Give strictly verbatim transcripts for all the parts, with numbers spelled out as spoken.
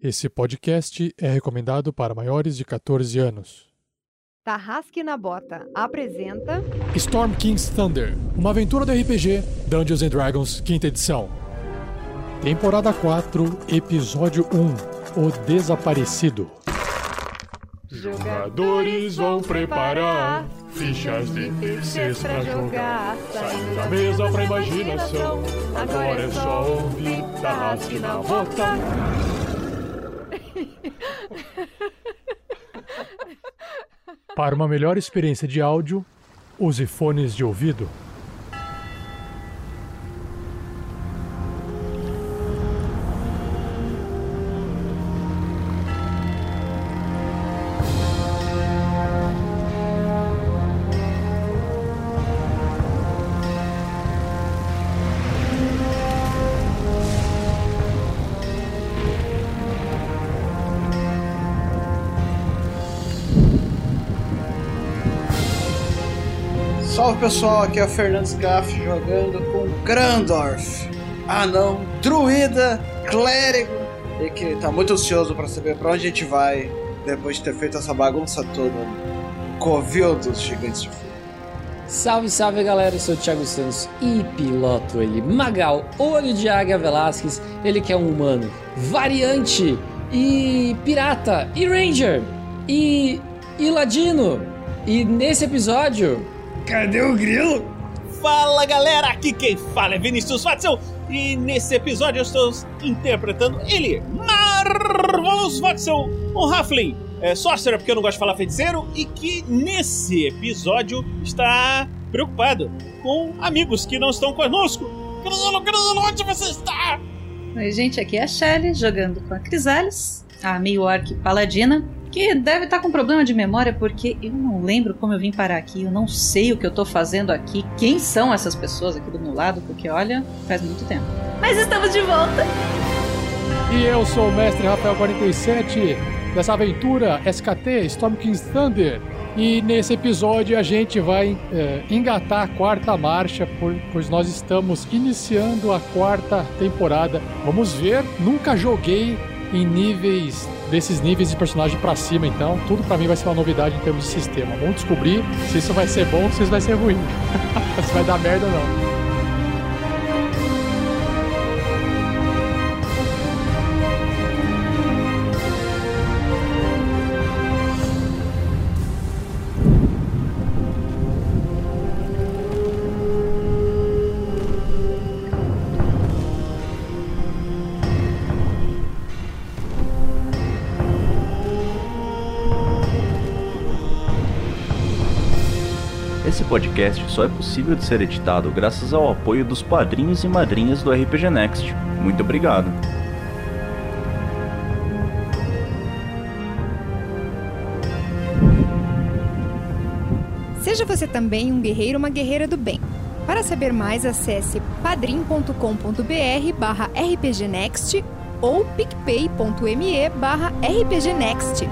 Esse podcast é recomendado para maiores de catorze anos. Tarrasque na Bota apresenta Storm King's Thunder, uma aventura do R P G Dungeons and Dragons, quinta edição. Temporada quatro, Episódio um, O Desaparecido. Jogadores vão preparar fichas de terceiros pra jogar, saindo da mesa pra imaginação. Agora é só ouvir Tarrasque na Bota. Para uma melhor experiência de áudio, use fones de ouvido. Salve pessoal, aqui é o Fernando Scaff jogando com Grandorf, anão, druida, clérigo, e que tá muito ansioso pra saber pra onde a gente vai depois de ter feito essa bagunça toda no covil dos gigantes de fogo. Salve, salve galera, eu sou o Thiago Santos e piloto ele, Magal, olho de águia Velasquez, ele que é um humano, variante, e pirata, e ranger, e, e ladino, e nesse episódio... Cadê o grilo? Fala galera, aqui quem fala é Vinícius Watson e nesse episódio eu estou interpretando ele, Marvelous Watson, um Halfling, é, sorcerer porque eu não gosto de falar feiticeiro e que nesse episódio está preocupado com amigos que não estão conosco. Grilo, grilo, onde você está? Oi gente, aqui é a Shelly jogando com a Crisales, a meio-orc paladina, que deve estar com problema de memória porque eu não lembro como eu vim parar aqui, eu não sei o que eu tô fazendo aqui, quem são essas pessoas aqui do meu lado, porque olha, faz muito tempo. Mas estamos de volta! E eu sou o mestre Rafael quarenta e sete dessa aventura S K T, Storm King's Thunder. E nesse episódio a gente vai é, engatar a quarta marcha, pois nós estamos iniciando a quarta temporada. Vamos ver, nunca joguei em níveis, desses níveis de personagem pra cima, então tudo pra mim vai ser uma novidade em termos de sistema. Vamos descobrir se isso vai ser bom ou se isso vai ser ruim. Se vai dar merda ou não. Esse podcast só é possível de ser editado graças ao apoio dos padrinhos e madrinhas do R P G Next. Muito obrigado. Seja você também um guerreiro ou uma guerreira do bem. Para saber mais, acesse padrim.com.br barra rpgnext ou picpay.me barra rpgnext.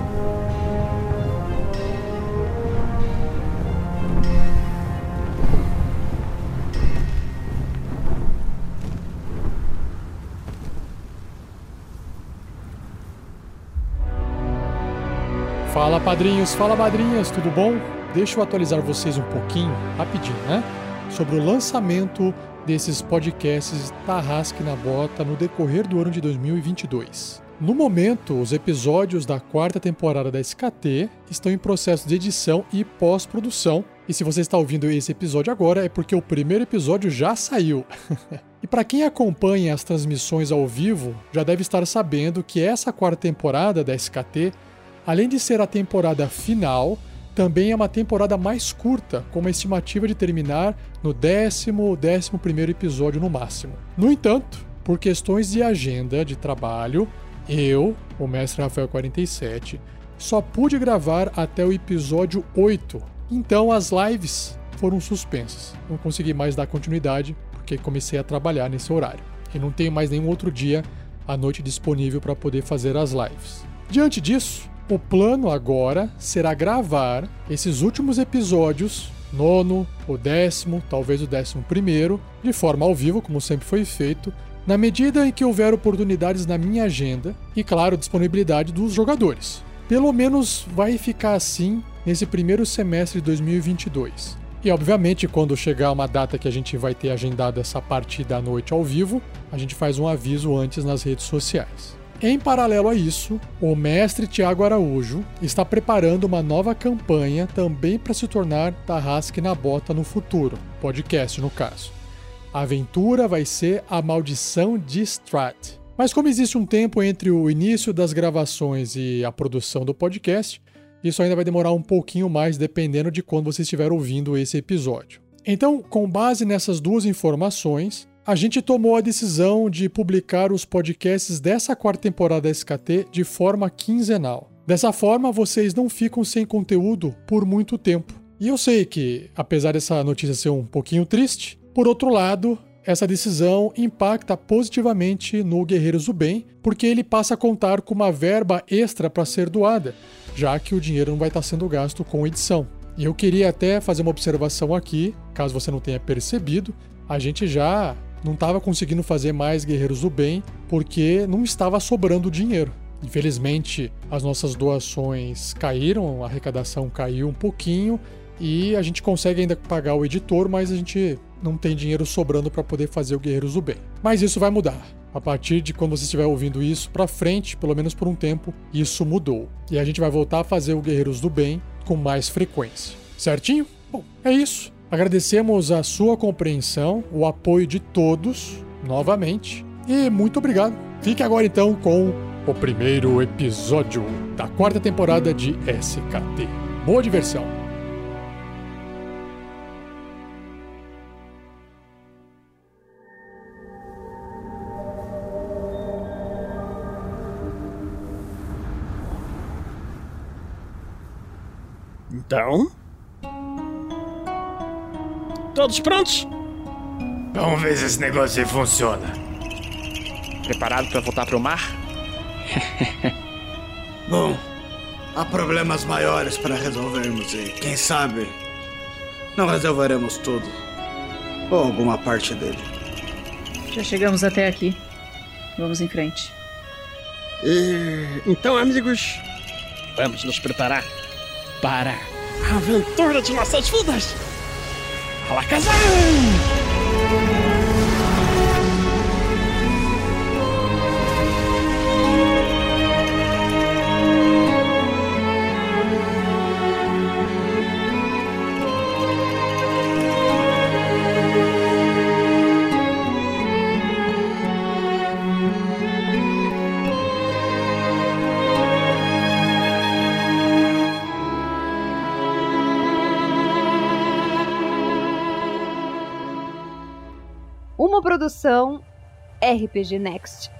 Fala padrinhos, fala madrinhas, tudo bom? Deixa eu atualizar vocês um pouquinho, rapidinho, né? Sobre o lançamento desses podcasts Tarrasque na Bota no decorrer do ano de dois mil e vinte e dois. No momento, os episódios da quarta temporada da S K T estão em processo de edição e pós-produção. E se você está ouvindo esse episódio agora, é porque o primeiro episódio já saiu. E para quem acompanha as transmissões ao vivo, já deve estar sabendo que essa quarta temporada da S K T, além de ser a temporada final, também é uma temporada mais curta, com uma estimativa de terminar no décimo ou décimo primeiro episódio no máximo. No entanto, por questões de agenda de trabalho, eu, o mestre Rafael quarenta e sete, só pude gravar até o episódio oito. Então as lives foram suspensas. Não consegui mais dar continuidade, porque comecei a trabalhar nesse horário. E não tenho mais nenhum outro dia à noite disponível para poder fazer as lives. Diante disso, o plano agora será gravar esses últimos episódios, nono, o décimo, talvez o décimo primeiro, de forma ao vivo, como sempre foi feito, na medida em que houver oportunidades na minha agenda e, claro, disponibilidade dos jogadores. Pelo menos vai ficar assim nesse primeiro semestre de dois mil e vinte e dois. E, obviamente, quando chegar uma data que a gente vai ter agendado essa partida à noite ao vivo, a gente faz um aviso antes nas redes sociais. Em paralelo a isso, o mestre Thiago Araújo está preparando uma nova campanha também para se tornar Tarrasque na Bota no futuro, podcast no caso. A aventura vai ser A Maldição de Strat. Mas como existe um tempo entre o início das gravações e a produção do podcast, isso ainda vai demorar um pouquinho mais dependendo de quando você estiver ouvindo esse episódio. Então, com base nessas duas informações, a gente tomou a decisão de publicar os podcasts dessa quarta temporada da S K T de forma quinzenal. Dessa forma, vocês não ficam sem conteúdo por muito tempo. E eu sei que, apesar dessa notícia ser um pouquinho triste, por outro lado, essa decisão impacta positivamente no Guerreiros do Bem, porque ele passa a contar com uma verba extra para ser doada, já que o dinheiro não vai estar sendo gasto com edição. E eu queria até fazer uma observação aqui, caso você não tenha percebido, a gente já não estava conseguindo fazer mais Guerreiros do Bem porque não estava sobrando dinheiro. Infelizmente, as nossas doações caíram, a arrecadação caiu um pouquinho e a gente consegue ainda pagar o editor, mas a gente não tem dinheiro sobrando para poder fazer o Guerreiros do Bem. Mas isso vai mudar. A partir de quando você estiver ouvindo isso para frente, pelo menos por um tempo, isso mudou. E a gente vai voltar a fazer o Guerreiros do Bem com mais frequência. Certinho? Bom, é isso. Agradecemos a sua compreensão, o apoio de todos, novamente, e muito obrigado. Fique agora então com o primeiro episódio da quarta temporada de S K T. Boa diversão! Então... Todos prontos? Vamos ver se esse negócio aí funciona. Preparado para voltar pro mar? Bom, há problemas maiores para resolvermos e, quem sabe, não resolveremos tudo. Ou alguma parte dele. Já chegamos até aqui. Vamos em frente. E... Então, amigos, vamos nos preparar para a aventura de nossas vidas! Alakazam! Uma produção R P G Next.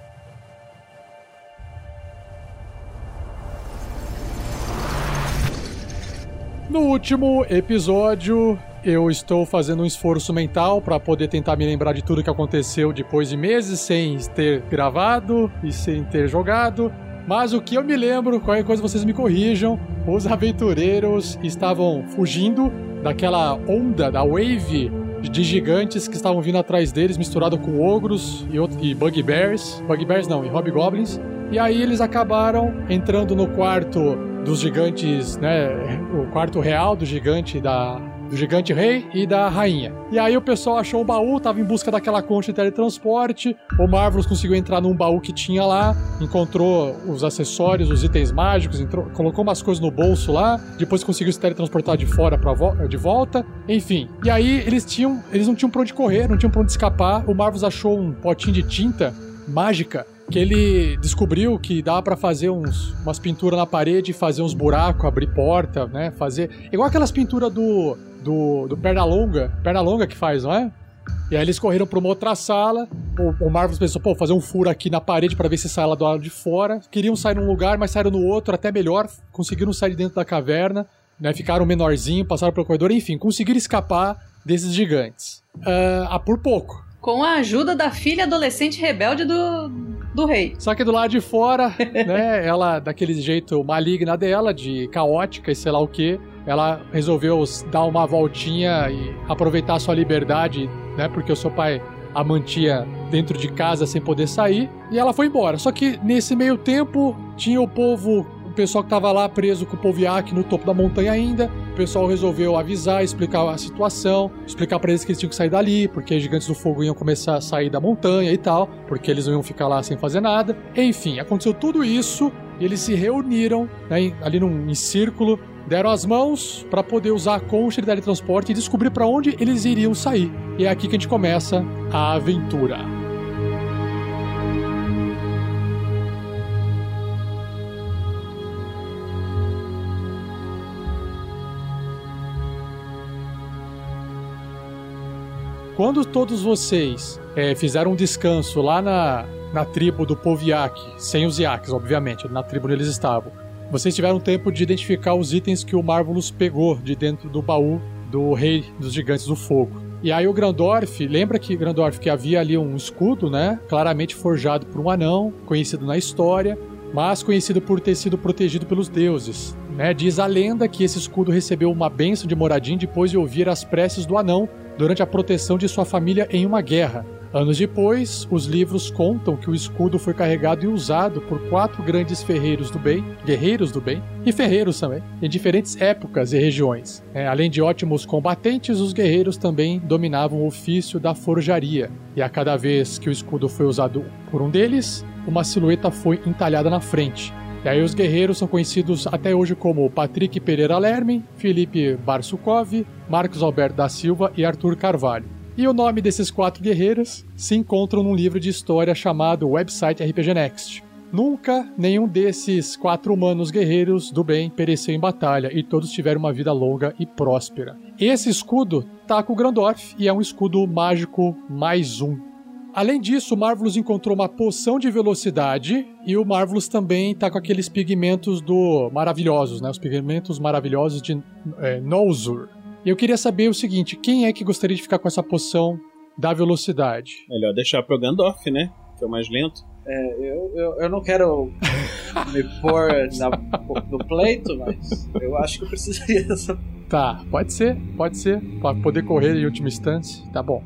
No último episódio, eu estou fazendo um esforço mental para poder tentar me lembrar de tudo que aconteceu depois de meses sem ter gravado e sem ter jogado. Mas o que eu me lembro, qualquer coisa vocês me corrijam, os aventureiros estavam fugindo daquela onda, da wave de gigantes que estavam vindo atrás deles, misturado com ogros e, outro, e bugbears. Bugbears não, e hobgoblins. E aí eles acabaram entrando no quarto dos gigantes, né? O quarto real do gigante da... do gigante rei e da rainha. E aí o pessoal achou um baú, tava em busca daquela concha de teletransporte. O Marvelous conseguiu entrar num baú que tinha lá, encontrou os acessórios, os itens mágicos, entrou, colocou umas coisas no bolso lá, depois conseguiu se teletransportar de fora pra vo- de volta, enfim. E aí eles tinham, eles não tinham pra onde correr, não tinham pra onde escapar. O Marvelous achou um potinho de tinta mágica que ele descobriu que dava pra fazer uns, umas pinturas na parede, fazer uns buracos, abrir porta, né, fazer... Igual aquelas pinturas do... Do, do Pernalonga, Pernalonga que faz, não é? E aí eles correram pra uma outra sala, o, o Marvelous pensou, pô, fazer um furo aqui na parede pra ver se sai lá do lado de fora. Queriam sair num lugar, mas saíram no outro, até melhor, conseguiram sair de dentro da caverna, né? Ficaram menorzinho, passaram pelo corredor, enfim, conseguiram escapar desses gigantes. Uh, ah, por pouco. Com a ajuda da filha adolescente rebelde do, do rei. Só que do lado de fora, né, ela, daquele jeito maligna dela, de caótica e sei lá o que, ela resolveu dar uma voltinha e aproveitar a sua liberdade, né, porque o seu pai a mantinha dentro de casa sem poder sair, e ela foi embora. Só que nesse meio tempo tinha o povo, o pessoal que tava lá preso com o Poviak no topo da montanha ainda. O pessoal resolveu avisar, explicar a situação, explicar pra eles que eles tinham que sair dali, porque os gigantes do fogo iam começar a sair da montanha e tal, porque eles não iam ficar lá sem fazer nada. Enfim, aconteceu tudo isso, e eles se reuniram, né, ali num em círculo, deram as mãos para poder usar a concha de teletransporte e descobrir para onde eles iriam sair. E é aqui que a gente começa a aventura. Quando todos vocês é, fizeram um descanso lá na, na tribo do Poviak, sem os Yaks, obviamente, na tribo onde eles estavam, vocês tiveram tempo de identificar os itens que o Marvelous pegou de dentro do baú do Rei dos Gigantes do Fogo. E aí o Grandorf, lembra que Grandorf que havia ali um escudo, né? Claramente forjado por um anão, conhecido na história, mas conhecido por ter sido protegido pelos deuses, né? Diz a lenda que esse escudo recebeu uma bênção de Moradin depois de ouvir as preces do anão durante a proteção de sua família em uma guerra. Anos depois, os livros contam que o escudo foi carregado e usado por quatro grandes ferreiros do bem, guerreiros do bem, e ferreiros também, em diferentes épocas e regiões. É, além de ótimos combatentes, os guerreiros também dominavam o ofício da forjaria, e a cada vez que o escudo foi usado por um deles, uma silhueta foi entalhada na frente. E aí os guerreiros são conhecidos até hoje como Patrick Pereira Lerme, Felipe Barsukov, Marcos Alberto da Silva e Arthur Carvalho. E o nome desses quatro guerreiros se encontram num livro de história chamado Website R P G Next. Nunca nenhum desses quatro humanos guerreiros do bem pereceu em batalha e todos tiveram uma vida longa e próspera. Esse escudo tá com o Grandorf e é um escudo mágico mais um. Além disso, o Marvelous encontrou uma poção de velocidade e o Marvelous também tá com aqueles pigmentos do maravilhosos, né? Os pigmentos maravilhosos de é, Nolzur. E eu queria saber o seguinte, quem é que gostaria de ficar com essa poção da velocidade? Melhor deixar pro Gandalf, né? Que é o mais lento. É, eu, eu, eu não quero me pôr na, no pleito, mas eu acho que eu precisaria dessa... Tá, pode ser, pode ser. Pra poder correr em última instância, tá bom.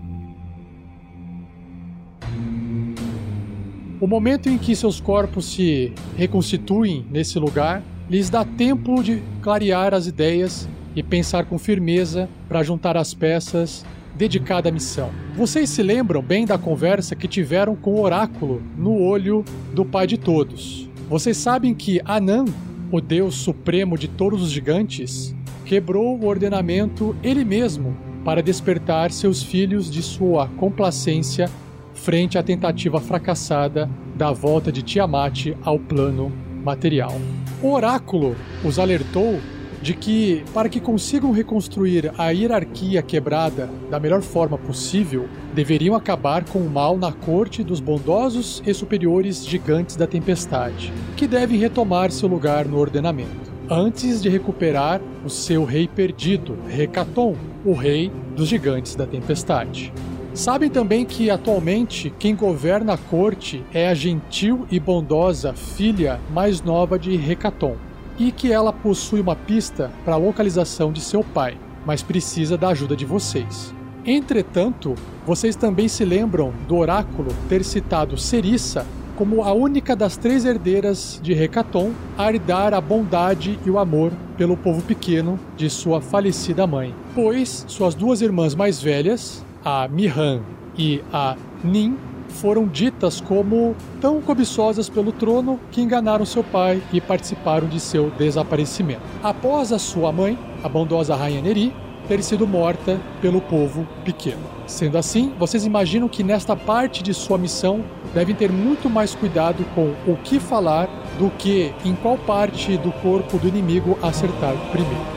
O momento em que seus corpos se reconstituem nesse lugar, lhes dá tempo de clarear as ideias e pensar com firmeza para juntar as peças dedicada à missão. Vocês se lembram bem da conversa que tiveram com o oráculo no olho do pai de todos. Vocês sabem que Anan, o deus supremo de todos os gigantes, quebrou o ordenamento ele mesmo para despertar seus filhos de sua complacência frente à tentativa fracassada da volta de Tiamat ao plano material. O oráculo os alertou de que, para que consigam reconstruir a hierarquia quebrada da melhor forma possível, deveriam acabar com o mal na corte dos bondosos e superiores gigantes da tempestade, que devem retomar seu lugar no ordenamento, antes de recuperar o seu rei perdido, Hekaton, o rei dos gigantes da tempestade. Sabem também que, atualmente, quem governa a corte é a gentil e bondosa filha mais nova de Hekaton, e que ela possui uma pista para a localização de seu pai, mas precisa da ajuda de vocês. Entretanto, vocês também se lembram do oráculo ter citado Serissa como a única das três herdeiras de Hekaton a herdar a bondade e o amor pelo povo pequeno de sua falecida mãe, pois suas duas irmãs mais velhas, a Mihan e a Nin, foram ditas como tão cobiçosas pelo trono que enganaram seu pai e participaram de seu desaparecimento. Após a sua mãe, a bondosa Rainha Neri, ter sido morta pelo povo pequeno. Sendo assim, vocês imaginam que nesta parte de sua missão devem ter muito mais cuidado com o que falar do que em qual parte do corpo do inimigo acertar primeiro.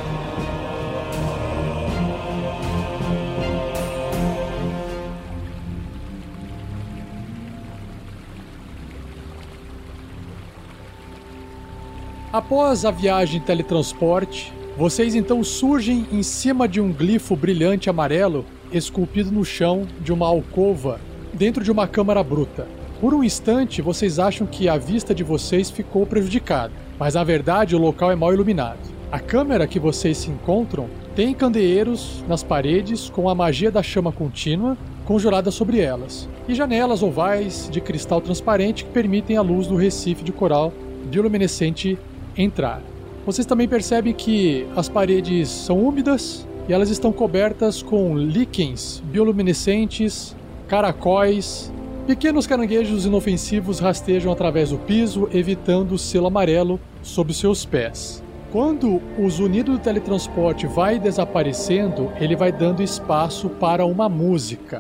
Após a viagem teletransporte, vocês então surgem em cima de um glifo brilhante amarelo esculpido no chão de uma alcova dentro de uma câmara bruta. Por um instante, vocês acham que a vista de vocês ficou prejudicada, mas na verdade o local é mal iluminado. A câmara que vocês se encontram tem candeeiros nas paredes com a magia da chama contínua conjuradas sobre elas, e janelas ovais de cristal transparente que permitem a luz do recife de coral bioluminescente entrar. Vocês também percebem que as paredes são úmidas e elas estão cobertas com líquens bioluminescentes, caracóis. Pequenos caranguejos inofensivos rastejam através do piso, evitando o selo amarelo sob seus pés. Quando o zunido do teletransporte vai desaparecendo, ele vai dando espaço para uma música.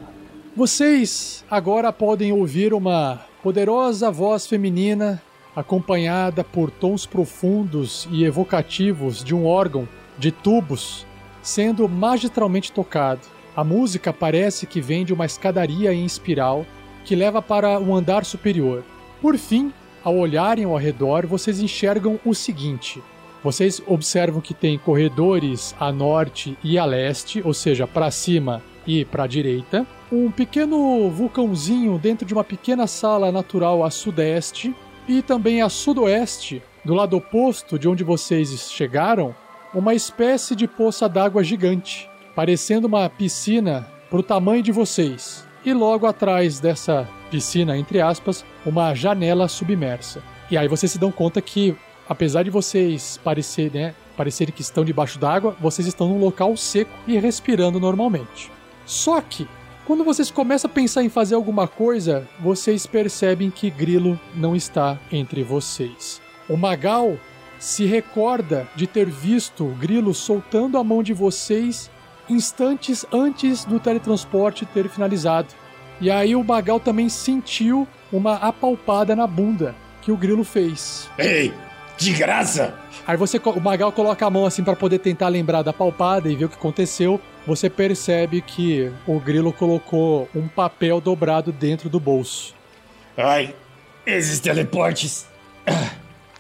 Vocês agora podem ouvir uma poderosa voz feminina acompanhada por tons profundos e evocativos de um órgão de tubos sendo magistralmente tocado. A música parece que vem de uma escadaria em espiral que leva para um andar superior. Por fim, ao olharem ao redor, vocês enxergam o seguinte. Vocês observam que tem corredores a norte e a leste, ou seja, para cima e para a direita. Um pequeno vulcãozinho dentro de uma pequena sala natural a sudeste. E também a sudoeste, do lado oposto de onde vocês chegaram, uma espécie de poça d'água gigante, parecendo uma piscina para o tamanho de vocês. E logo atrás dessa piscina, entre aspas, uma janela submersa. E aí vocês se dão conta que, apesar de vocês parecerem, né, parecerem que estão debaixo d'água, vocês estão num local seco e respirando normalmente. Só que, quando vocês começam a pensar em fazer alguma coisa, vocês percebem que Grilo não está entre vocês. O Magal se recorda de ter visto o Grilo soltando a mão de vocês instantes antes do teletransporte ter finalizado. E aí o Magal também sentiu uma apalpada na bunda que o Grilo fez. Ei, de graça! Aí você, o Magal coloca a mão assim para poder tentar lembrar da palpada e ver o que aconteceu. Você percebe que o Grilo colocou um papel dobrado dentro do bolso. Ai, esses teleportes. Ah.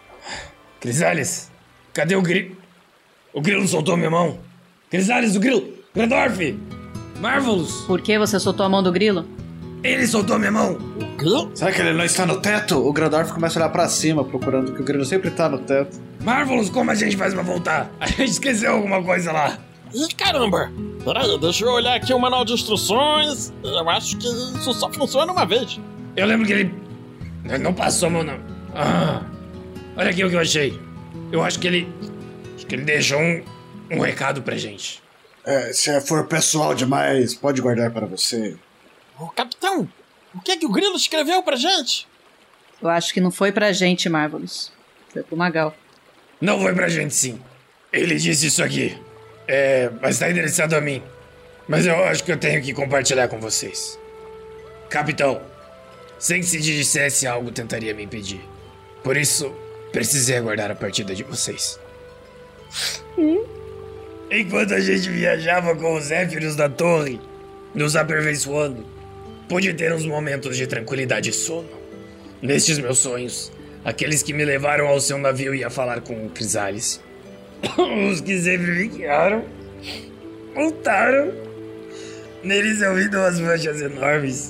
Crisales, cadê o Grilo? O Grilo soltou minha mão. Crisales, o Grilo. Grandorf! Marvelous! Por que você soltou a mão do Grilo? Ele soltou minha mão. O Grilo? Será que ele não está no teto? O Grandorf começa a olhar pra cima, procurando, que o Grilo sempre tá no teto. Marvelous, como a gente faz pra voltar? A gente esqueceu alguma coisa lá. Ih, caramba! Peraí, deixa eu olhar aqui o manual de instruções. Eu acho que isso só funciona uma vez. Eu lembro que ele... Não passou a mão, não. Ah, olha aqui o que eu achei. Eu acho que ele... Acho que ele deixou um, um recado pra gente. É, se for pessoal demais, pode guardar para você. Ô, capitão, o que é que o Grilo escreveu pra gente? Eu acho que não foi pra gente, Marvelous. Foi pro Magal. Não foi pra gente, sim. Ele disse isso aqui. É, mas tá endereçado a mim. Mas eu acho que eu tenho que compartilhar com vocês. Capitão, sem que se dissesse algo tentaria me impedir. Por isso, precisei aguardar a partida de vocês. Hum? Enquanto a gente viajava com os Zéfiros da torre, nos aperfeiçoando, pude ter uns momentos de tranquilidade e sono. Nestes meus sonhos, aqueles que me levaram ao seu navio ia falar com o Crisales. Os que sempre me guiaram voltaram. Neles eu vi duas manchas enormes.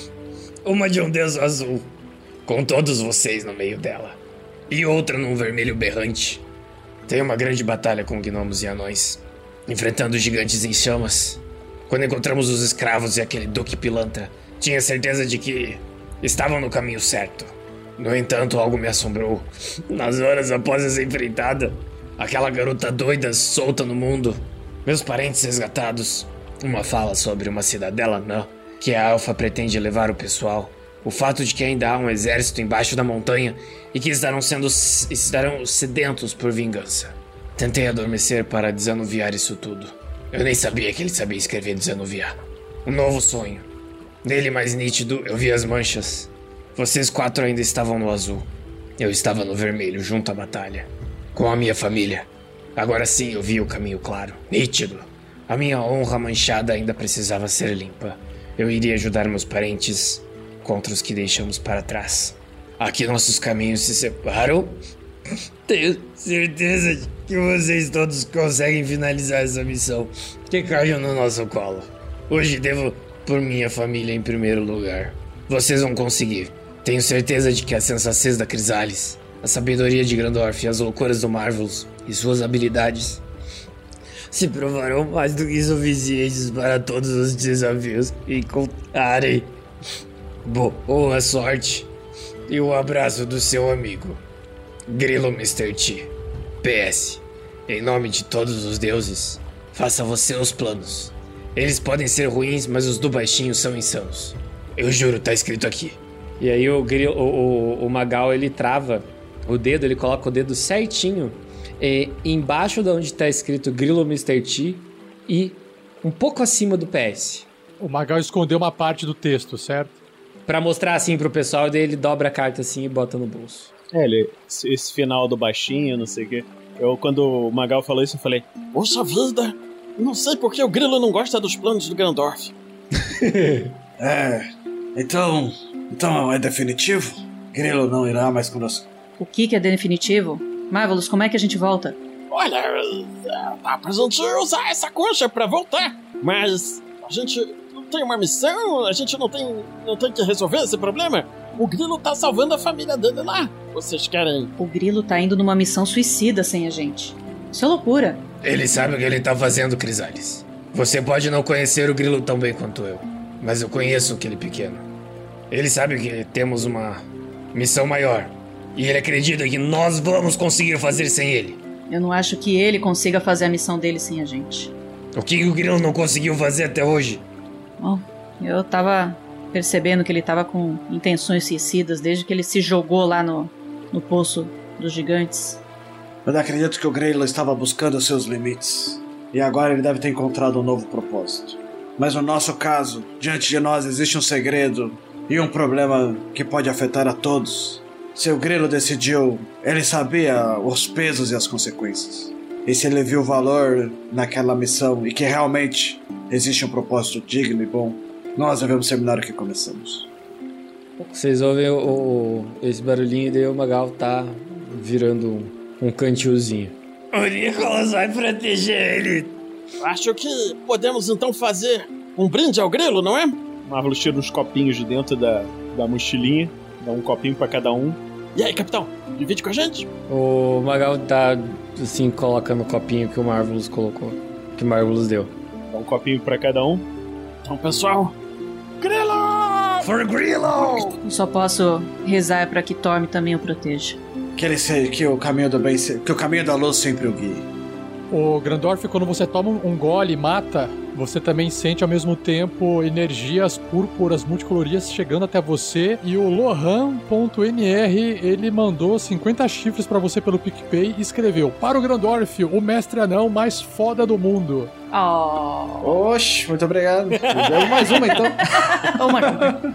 Uma de um deus azul, com todos vocês no meio dela. E outra num vermelho berrante. Tem uma grande batalha com gnomos e anões, enfrentando gigantes em chamas. Quando encontramos os escravos e aquele duque pilantra, tinha certeza de que estavam no caminho certo. No entanto, algo me assombrou. Nas horas após essa enfrentada, aquela garota doida solta no mundo, meus parentes resgatados, uma fala sobre uma cidadela anã que a Alfa pretende levar o pessoal, o fato de que ainda há um exército embaixo da montanha e que estarão sendo estarão sedentos por vingança. Tentei adormecer para desanuviar isso tudo. Eu nem sabia que ele sabia escrever desanuviar. Um novo sonho. Nele mais nítido, eu vi as manchas. Vocês quatro ainda estavam no azul. Eu estava no vermelho, junto à batalha. Com a minha família. Agora sim eu vi o caminho claro, nítido. A minha honra manchada ainda precisava ser limpa. Eu iria ajudar meus parentes contra os que deixamos para trás. Aqui nossos caminhos se separam. Tenho certeza de que vocês todos conseguem finalizar essa missão que caiu no nosso colo. Hoje devo por minha família em primeiro lugar. Vocês vão conseguir. Tenho certeza de que a sensatez da Crisales, a sabedoria de Grandorf e as loucuras do Marvelous e suas habilidades se provarão mais do que suficientes para todos os desafios que encontrarem. Boa sorte e um abraço do seu amigo, Grilo mister T. P S. Em nome de todos os deuses, faça você os planos. Eles podem ser ruins, mas os do baixinho são insanos. Eu juro, tá escrito aqui. E aí o, Grilo, o, o, o Magal, ele trava o dedo, ele coloca o dedo certinho e, embaixo de onde tá escrito Grilo mister T e um pouco acima do P S. O Magal escondeu uma parte do texto, certo? Pra mostrar assim pro pessoal, daí ele dobra a carta assim e bota no bolso. É, ele, esse final do baixinho, não sei o quê. Eu, quando o Magal falou isso, eu falei, poxa vida, não sei por que o Grilo não gosta dos planos do Grandorf. É, então, então é definitivo? Grilo não irá mais conosco. O que que é definitivo? Marvelous, como é que a gente volta? Olha, dá pra gente usar essa concha pra voltar, mas a gente não tem uma missão, a gente não tem, não tem que resolver esse problema. O Grilo tá salvando a família dele lá. Vocês querem... O Grilo tá indo numa missão suicida sem a gente. Isso é loucura. Ele sabe o que ele tá fazendo, Crisales. Você pode não conhecer o Grilo tão bem quanto eu, mas eu conheço aquele pequeno. Ele sabe que temos uma missão maior. E ele acredita que nós vamos conseguir fazer sem ele. Eu não acho que ele consiga fazer a missão dele sem a gente. O que o Grilo não conseguiu fazer até hoje? Bom, eu tava percebendo que ele tava com intenções suicidas desde que ele se jogou lá no, no poço dos gigantes. Eu acredito que o Grilo estava buscando seus limites. E agora ele deve ter encontrado um novo propósito. Mas no nosso caso, diante de nós existe um segredo e um problema que pode afetar a todos. Se o Grilo decidiu, ele sabia os pesos e as consequências. E se ele viu valor naquela missão e que realmente existe um propósito digno e bom, nós devemos terminar o que começamos. Vocês ouvem o, o, esse barulhinho e daí o Magal tá virando um, um cantilzinho. O Nicholas vai proteger ele. Acho que podemos então fazer um brinde ao Grilo, não é? Marvelous tira uns copinhos de dentro da, da mochilinha, dá um copinho pra cada um. E aí, capitão, divide com a gente? O Magal tá, assim, colocando o copinho que o Marvelous colocou, que o Marvelous deu. Dá um copinho pra cada um. Então, pessoal, Grilo! For Grilo! Eu só posso rezar pra que Torme também o proteja. Que ele seja, que o caminho do bem, que o caminho da luz sempre o guie. O Grandorf, quando você toma um gole e mata, você também sente ao mesmo tempo energias púrpuras multicoloridas chegando até você. E o Lohan.nr, ele mandou cinquenta chifres pra você pelo PicPay e escreveu: para o Grandorf, o mestre anão mais foda do mundo. Oh. Oxe, muito obrigado. Deu mais uma então. Uma.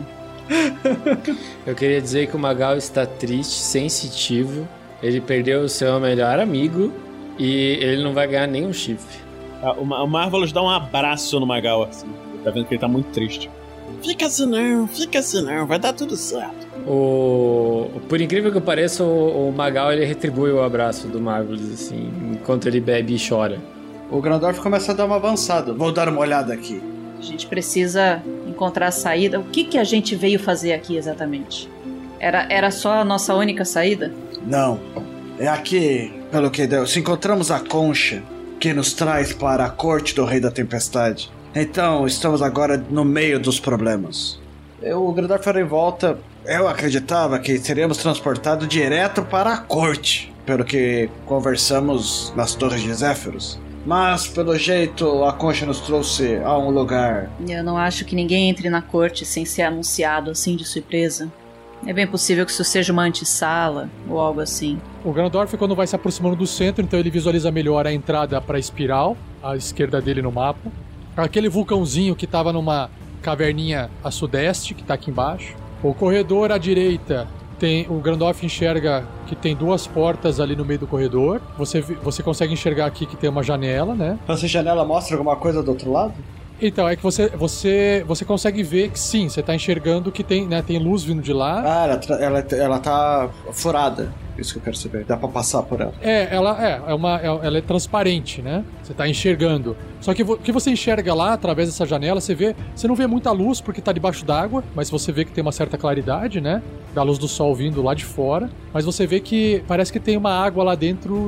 Eu queria dizer que o Magal está triste, sensitivo. Ele perdeu o seu melhor amigo e ele não vai ganhar nenhum chifre. Ah, o Marvelous dá um abraço no Magal, assim. Tá vendo que ele tá muito triste. Fica assim não, fica assim não, vai dar tudo certo. O... Por incrível que pareça, o, o Magal ele retribui o abraço do Marvelous, assim, enquanto ele bebe e chora. O Grandorf começa a dar uma avançada. Vou dar uma olhada aqui. A gente precisa encontrar a saída. O que que a gente veio fazer aqui exatamente? Era, era só a nossa única saída? Não. É aqui, pelo que deu. Se encontramos a concha que nos traz para a corte do Rei da Tempestade, então estamos agora no meio dos problemas. Eu, o Grandorf era em volta. Eu acreditava que seríamos transportados direto para a corte, pelo que conversamos nas Torres de Zéfiros. Mas, pelo jeito, a concha nos trouxe a um lugar. Eu não acho que ninguém entre na corte sem ser anunciado assim de surpresa. É bem possível que isso seja uma antessala ou algo assim. O Grandorf, quando vai se aproximando do centro, então ele visualiza melhor a entrada para a espiral, à esquerda dele no mapa. Aquele vulcãozinho que estava numa caverninha a sudeste, que está aqui embaixo. O corredor à direita, tem, o Grandorf enxerga que tem duas portas ali no meio do corredor. Você, você consegue enxergar aqui que tem uma janela, né? Essa janela mostra alguma coisa do outro lado? Então, é que você, você, você consegue ver que sim, você tá enxergando que tem, né, tem luz vindo de lá. Ah, ela, ela, ela tá furada. Isso que eu quero saber. Dá pra passar por ela. É, ela é, é uma, ela é transparente, né? Você tá enxergando. Só que o que você enxerga lá, através dessa janela, você vê... Você não vê muita luz porque tá debaixo d'água, mas você vê que tem uma certa claridade, né? Da luz do sol vindo lá de fora. Mas você vê que parece que tem uma água lá dentro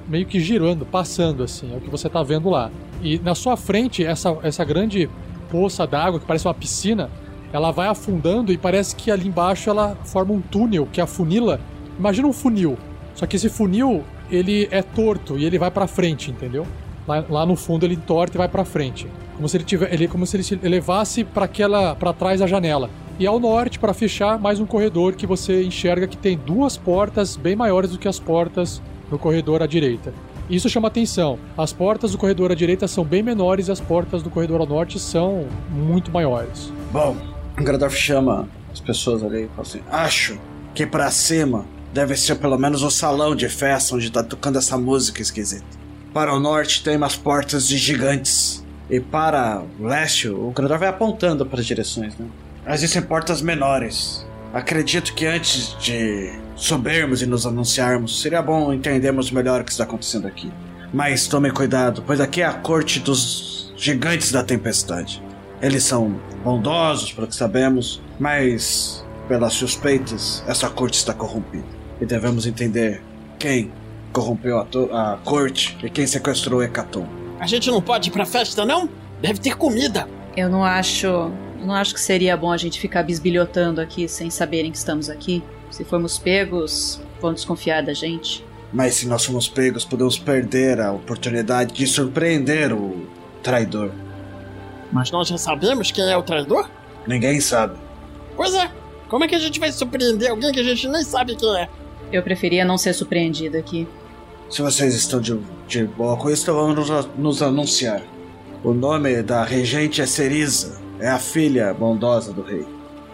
meio que girando, passando assim, é o que você tá vendo lá. E na sua frente, essa, essa grande poça d'água, que parece uma piscina, ela vai afundando e parece que ali embaixo ela forma um túnel que afunila. Imagina um funil, só que esse funil, ele é torto e ele vai pra frente, entendeu? Lá, lá no fundo ele entorta e vai pra frente. Como se ele tiver, ele, como se ele se elevasse para aquela, para trás da janela. E ao norte, para fechar, mais um corredor que você enxerga que tem duas portas bem maiores do que as portas no corredor à direita. Isso chama atenção. As portas do corredor à direita são bem menores e as portas do corredor ao norte são muito maiores. Bom, o Grandorf chama as pessoas ali e fala assim: acho que pra cima deve ser pelo menos o salão de festa onde tá tocando essa música esquisita. Para o norte tem umas portas de gigantes. E para o leste, o Grandorf vai apontando para as direções, né? Existem portas menores. Acredito que antes de subirmos e nos anunciarmos, seria bom entendermos melhor o que está acontecendo aqui. Mas tome cuidado, pois aqui é a corte dos gigantes da tempestade. Eles são bondosos, pelo que sabemos, mas, pelas suspeitas, essa corte está corrompida. E devemos entender quem corrompeu a, to- a corte e quem sequestrou Hecaton. A gente não pode ir pra festa, não? Deve ter comida. Eu não acho... Eu não acho que seria bom a gente ficar bisbilhotando aqui sem saberem que estamos aqui. Se formos pegos, vão desconfiar da gente. Mas se nós formos pegos, podemos perder a oportunidade de surpreender o traidor. Mas nós já sabemos quem é o traidor? Ninguém sabe. Pois é. Como é que a gente vai surpreender alguém que a gente nem sabe quem é? Eu preferia não ser surpreendida aqui. Se vocês estão de, de boa com isso, vamos nos, nos anunciar. O nome da regente é Cerisa. É a filha bondosa do rei.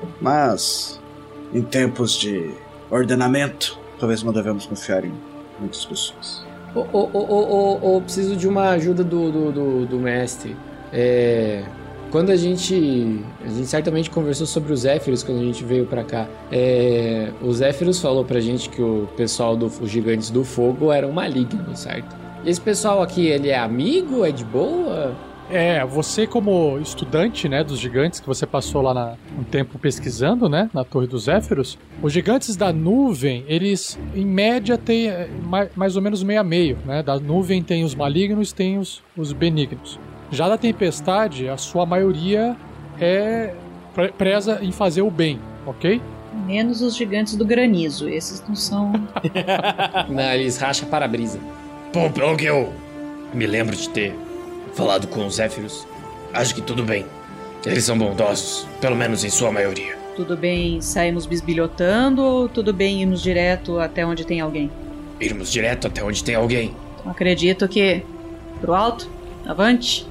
Mas, em tempos de ordenamento, talvez não devemos confiar em muitas pessoas. Ô, ô, ô, ô, ô, ô, preciso de uma ajuda do, do, do, do mestre. É... Quando a gente... A gente certamente conversou sobre os Zéfiros quando a gente veio pra cá. É... O Zéfiros falou pra gente que o pessoal dos Gigantes do Fogo eram malignos, certo? E esse pessoal aqui, ele é amigo? É de boa? É, você como estudante, né, dos gigantes, que você passou lá na, um tempo pesquisando, né, na Torre dos Zéfiros, os gigantes da nuvem, eles, em média, têm é, mais, mais ou menos meio a meio, né, da nuvem tem os malignos, tem os, os benignos. Já da tempestade, a sua maioria é pre- preza em fazer o bem, ok? Menos os gigantes do granizo, esses não são... Não, eles racham para-brisa. Bom, pelo que eu me lembro de ter falado com os Zéfiros, acho que tudo bem. Eles são bondosos, pelo menos em sua maioria. Tudo bem sairmos bisbilhotando ou tudo bem irmos direto até onde tem alguém? Irmos direto até onde tem alguém. Acredito que... Pro alto? Avante?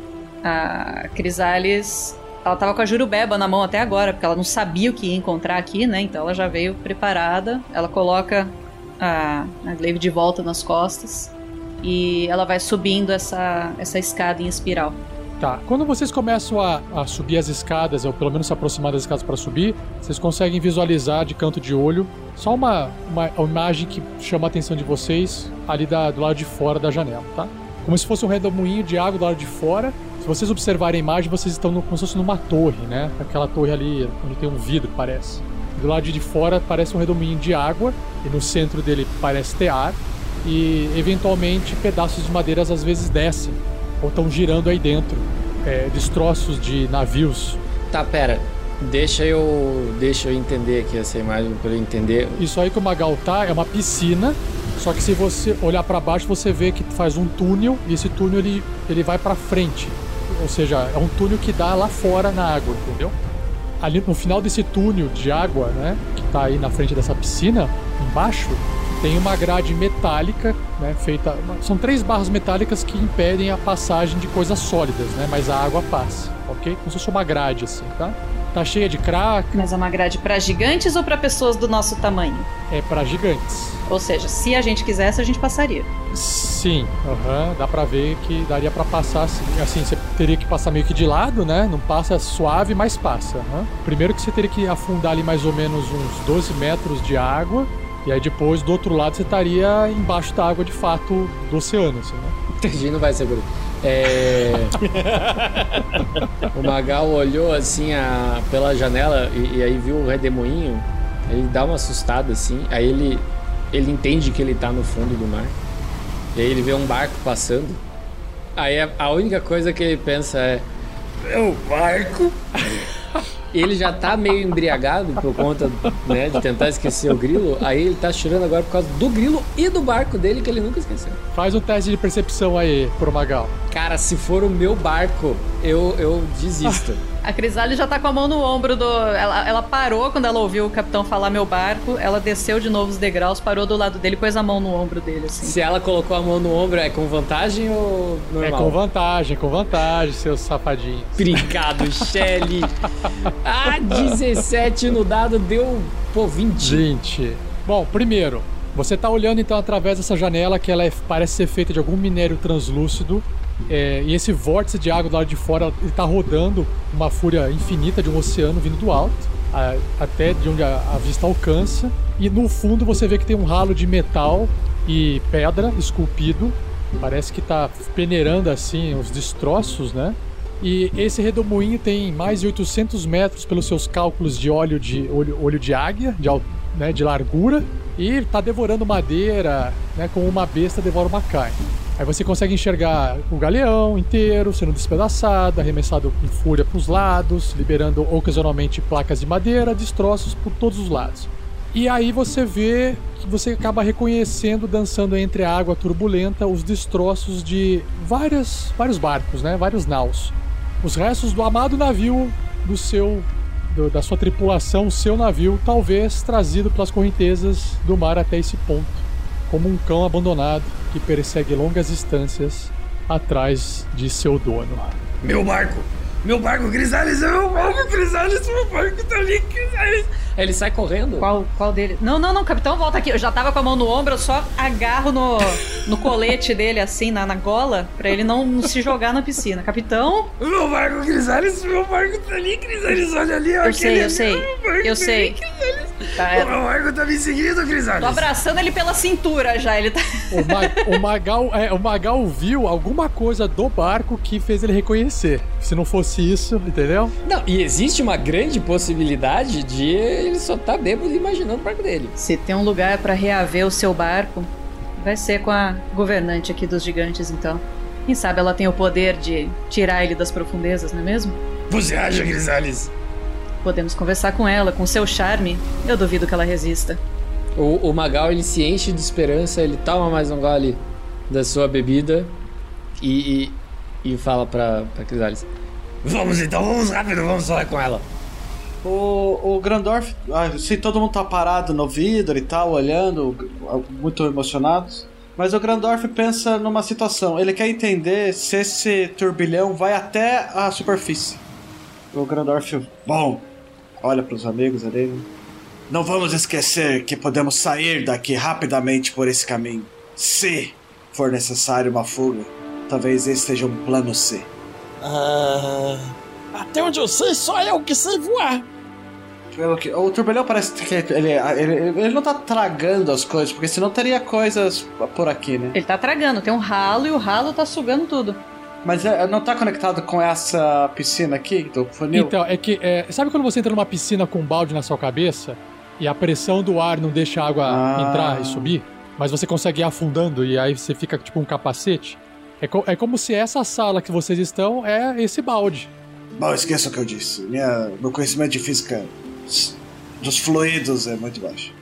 A Crisales... Ela tava com a Jurubeba na mão até agora, porque ela não sabia o que ia encontrar aqui, né? Então ela já veio preparada. Ela coloca a, a Glaive de volta nas costas e ela vai subindo essa, essa escada em espiral. Tá, quando vocês começam a, a subir as escadas, ou pelo menos se aproximar das escadas para subir, vocês conseguem visualizar de canto de olho só uma, uma, uma imagem que chama a atenção de vocês ali da, do lado de fora da janela, tá? Como se fosse um redemoinho de água do lado de fora. Se vocês observarem a imagem, vocês estão no, como se fosse numa torre, né? Aquela torre ali onde tem um vidro, parece. Do lado de fora parece um redemoinho de água e no centro dele parece ter ar. E eventualmente pedaços de madeiras às vezes descem ou estão girando aí dentro, é, destroços de navios. Tá, pera, deixa eu deixa eu entender aqui essa imagem para eu entender. Isso aí que o Magal tá é uma piscina, só que se você olhar para baixo você vê que faz um túnel e esse túnel ele, ele vai para frente, ou seja, é um túnel que dá lá fora na água, entendeu? Ali no final desse túnel de água, né, que tá aí na frente dessa piscina, embaixo tem uma grade metálica, né, feita... São três barras metálicas que impedem a passagem de coisas sólidas, né, mas a água passa, ok? Como se fosse uma grade, assim, tá? Tá cheia de crack. Mas é uma grade pra gigantes ou pra pessoas do nosso tamanho? É pra gigantes. Ou seja, se a gente quisesse, a gente passaria. Sim, uhum, dá pra ver que daria pra passar, assim, assim, você teria que passar meio que de lado, né? Não passa suave, mas passa. Uhum. Primeiro que você teria que afundar ali mais ou menos uns doze metros de água. E aí depois, do outro lado, você estaria embaixo da água, de fato, do oceano, assim, né? Entendi, não vai ser por é... O Magal olhou, assim, a... pela janela e, e aí viu o redemoinho. Ele dá uma assustada, assim. Aí ele, ele entende que ele tá no fundo do mar. E aí ele vê um barco passando. Aí a, a única coisa que ele pensa é... Meu barco? Ele já tá meio embriagado por conta, né, de tentar esquecer o grilo. Aí ele tá chorando agora por causa do grilo e do barco dele que ele nunca esqueceu. Faz um teste de percepção aí, pro Magal. Cara, se for o meu barco, eu, eu desisto. A Crisale já tá com a mão no ombro do... Ela, ela parou quando ela ouviu o capitão falar meu barco. Ela desceu de novo os degraus, parou do lado dele e pôs a mão no ombro dele, assim. Se ela colocou a mão no ombro, é com vantagem ou normal? É com vantagem, com vantagem, seus safadinhos. Obrigado, Shelly. Ah, dezessete no dado deu, pô, vinte. vinte. Bom, primeiro, você tá olhando então através dessa janela que ela é, parece ser feita de algum minério translúcido. É, e esse vórtice de água do lado de fora, ele tá rodando uma fúria infinita de um oceano vindo do alto, a, até de onde a, a vista alcança. E no fundo você vê que tem um ralo de metal e pedra esculpido. Parece que tá peneirando assim os destroços, né? E esse redemoinho tem mais de oitocentos metros pelos seus cálculos de óleo de, olho, olho de águia, de, né, de largura. E tá devorando madeira, né, como uma besta devora uma carne. Aí você consegue enxergar o galeão inteiro sendo despedaçado, arremessado em fúria para os lados, liberando ocasionalmente placas de madeira, destroços por todos os lados. E aí você vê que você acaba reconhecendo, dançando entre a água turbulenta, os destroços de várias, vários barcos, né? Vários naus. Os restos do amado navio do seu, do, da sua tripulação, o seu navio, talvez trazido pelas correntezas do mar até esse ponto, como um cão abandonado que persegue longas distâncias atrás de seu dono. Meu barco! Meu barco, Crisales! Meu barco, Crisales! Meu barco tá ali, Crisales! Ele sai correndo? Qual, qual dele? Não, não, não, capitão, volta aqui. Eu já tava com a mão no ombro, eu só agarro no, no colete dele, assim, na, na gola, pra ele não, não se jogar na piscina. Capitão? Meu barco, Crisales! Meu barco tá ali, Crisales! Olha ali, olha Eu sei, eu sei, eu sei. Tá, é... O meu barco tá me seguindo, Crisales! Tô abraçando ele pela cintura já, ele tá... O, Ma- o, Magal, é, o Magal viu alguma coisa do barco que fez ele reconhecer. Se não fosse isso, entendeu? Não, e existe uma grande possibilidade de ele só tá bêbado imaginando o barco dele. Se tem um lugar pra reaver o seu barco, vai ser com a governante aqui dos gigantes, então. Quem sabe ela tem o poder de tirar ele das profundezas, não é mesmo? Você acha, Crisales? Podemos conversar com ela, com seu charme. Eu duvido que ela resista. O, o Magal, ele se enche de esperança, ele toma mais um gole da sua bebida e, e, e fala pra, pra Crisales: vamos então, vamos rápido, vamos falar com ela. O, o Grandorf, ah, eu sei, todo mundo tá parado no vidro e tal, olhando, muito emocionados. Mas o Grandorf pensa numa situação, ele quer entender se esse turbilhão vai até a superfície. O Grandorf, bom, olha pros amigos ali. Não vamos esquecer que podemos sair daqui rapidamente por esse caminho. Se for necessário uma fuga, talvez esse seja um plano C. Ah, até onde eu sei, só eu que sei voar. O turbilhão parece que ele, ele, ele não tá tragando as coisas, porque senão teria coisas por aqui, né? Ele tá tragando, tem um ralo e o ralo tá sugando tudo. Mas é, não tá conectado com essa piscina aqui do funil? Então, é que... É, sabe quando você entra numa piscina com um balde na sua cabeça e a pressão do ar não deixa a água ah. entrar e subir? Mas você consegue ir afundando e aí você fica tipo um capacete? É, co- é como se essa sala que vocês estão é esse balde. Bom, esqueça o que eu disse. Minha, meu conhecimento de física dos fluidos é muito baixo.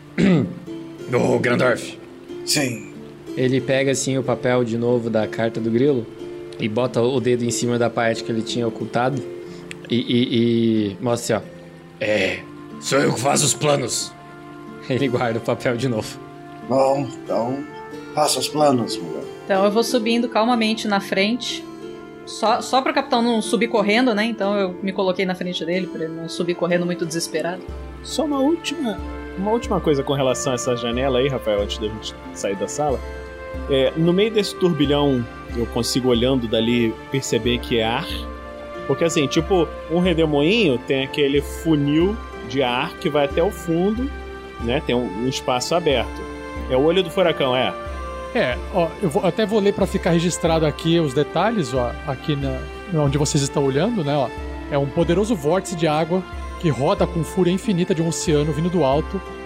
Ô, Grandorf. Sim. Ele pega assim o papel de novo da carta do grilo e bota o dedo em cima da parte que ele tinha ocultado e, e, e mostra assim, ó. É, sou eu que faço os planos. Ele guarda o papel de novo. Bom, então faça os planos, mulher. Então eu vou subindo calmamente na frente, só, só para o capitão não subir correndo, né? Então eu me coloquei na frente dele para ele não subir correndo muito desesperado. Só uma última, uma última coisa com relação a essa janela aí, Rafael, antes da gente sair da sala. É, no meio desse turbilhão, eu consigo, olhando dali, perceber que é ar. Porque assim, tipo, um redemoinho tem aquele funil de ar que vai até o fundo, né? Tem um, um espaço aberto. É o olho do furacão, é? É, ó, eu vou, até vou ler pra ficar registrado aqui os detalhes, ó, aqui na, onde vocês estão olhando, né, ó. É um poderoso vórtice de água que roda com fúria infinita de um oceano vindo do alto,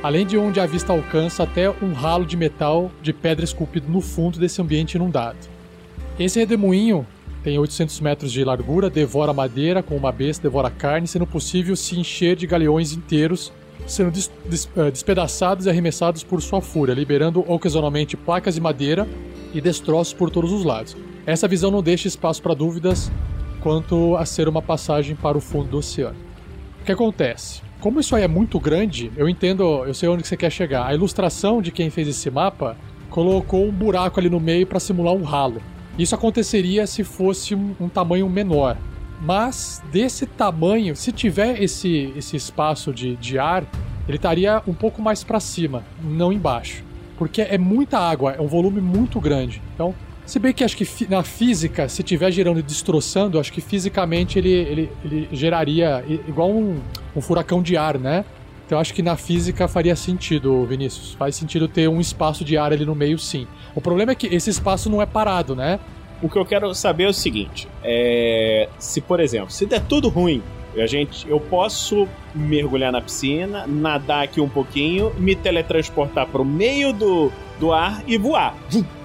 além de onde a vista alcança até um ralo de metal de pedra esculpido no fundo desse ambiente inundado. Esse redemoinho tem oitocentos metros de largura, devora madeira com uma besta, devora carne, sendo possível se encher de galeões inteiros, sendo des- des- uh, despedaçados e arremessados por sua fúria, liberando ocasionalmente placas de madeira e destroços por todos os lados. Essa visão não deixa espaço para dúvidas quanto a ser uma passagem para o fundo do oceano. O que acontece? Como isso aí é muito grande, eu entendo, eu sei onde você quer chegar. A ilustração de quem fez esse mapa colocou um buraco ali no meio para simular um ralo. Isso aconteceria se fosse um, um tamanho menor. Mas desse tamanho, se tiver esse, esse espaço de, de ar, ele estaria um pouco mais para cima, não embaixo. Porque é muita água, é um volume muito grande. Então, se bem que acho que fi, na física, se estiver girando e destroçando, acho que fisicamente ele, ele, ele geraria igual um, um furacão de ar, né? Então acho que na física faria sentido, Vinícius. Faz sentido ter um espaço de ar ali no meio, sim. O problema é que esse espaço não é parado, né? O que eu quero saber é o seguinte, é... se, por exemplo, se der tudo ruim, a gente, eu posso mergulhar na piscina, nadar aqui um pouquinho, me teletransportar pro meio do, do ar e voar.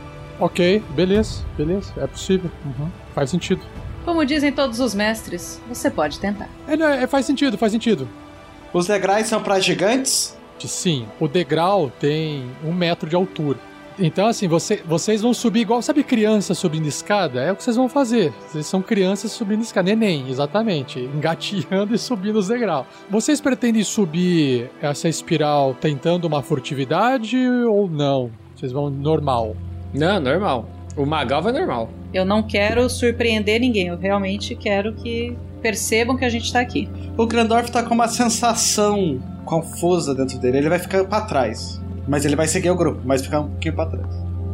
Ok, beleza, beleza, é possível, uhum. Faz sentido. Como dizem todos os mestres, você pode tentar. É, não, é, faz sentido, faz sentido. Os degraus são pra gigantes? Sim, o degrau tem um metro de altura. Então, assim, você, vocês vão subir igual, sabe, criança subindo escada? É o que vocês vão fazer. Vocês são crianças subindo escada. Neném, exatamente. Engateando e subindo os degraus. Vocês pretendem subir essa espiral tentando uma furtividade ou não? Vocês vão normal? Não, normal. O Magal vai normal. Eu não quero surpreender ninguém. Eu realmente quero que percebam que a gente tá aqui. O Grandorf tá com uma sensação confusa dentro dele. Ele vai ficar pra trás. Mas ele vai seguir o grupo, mas ficar um pouquinho pra trás.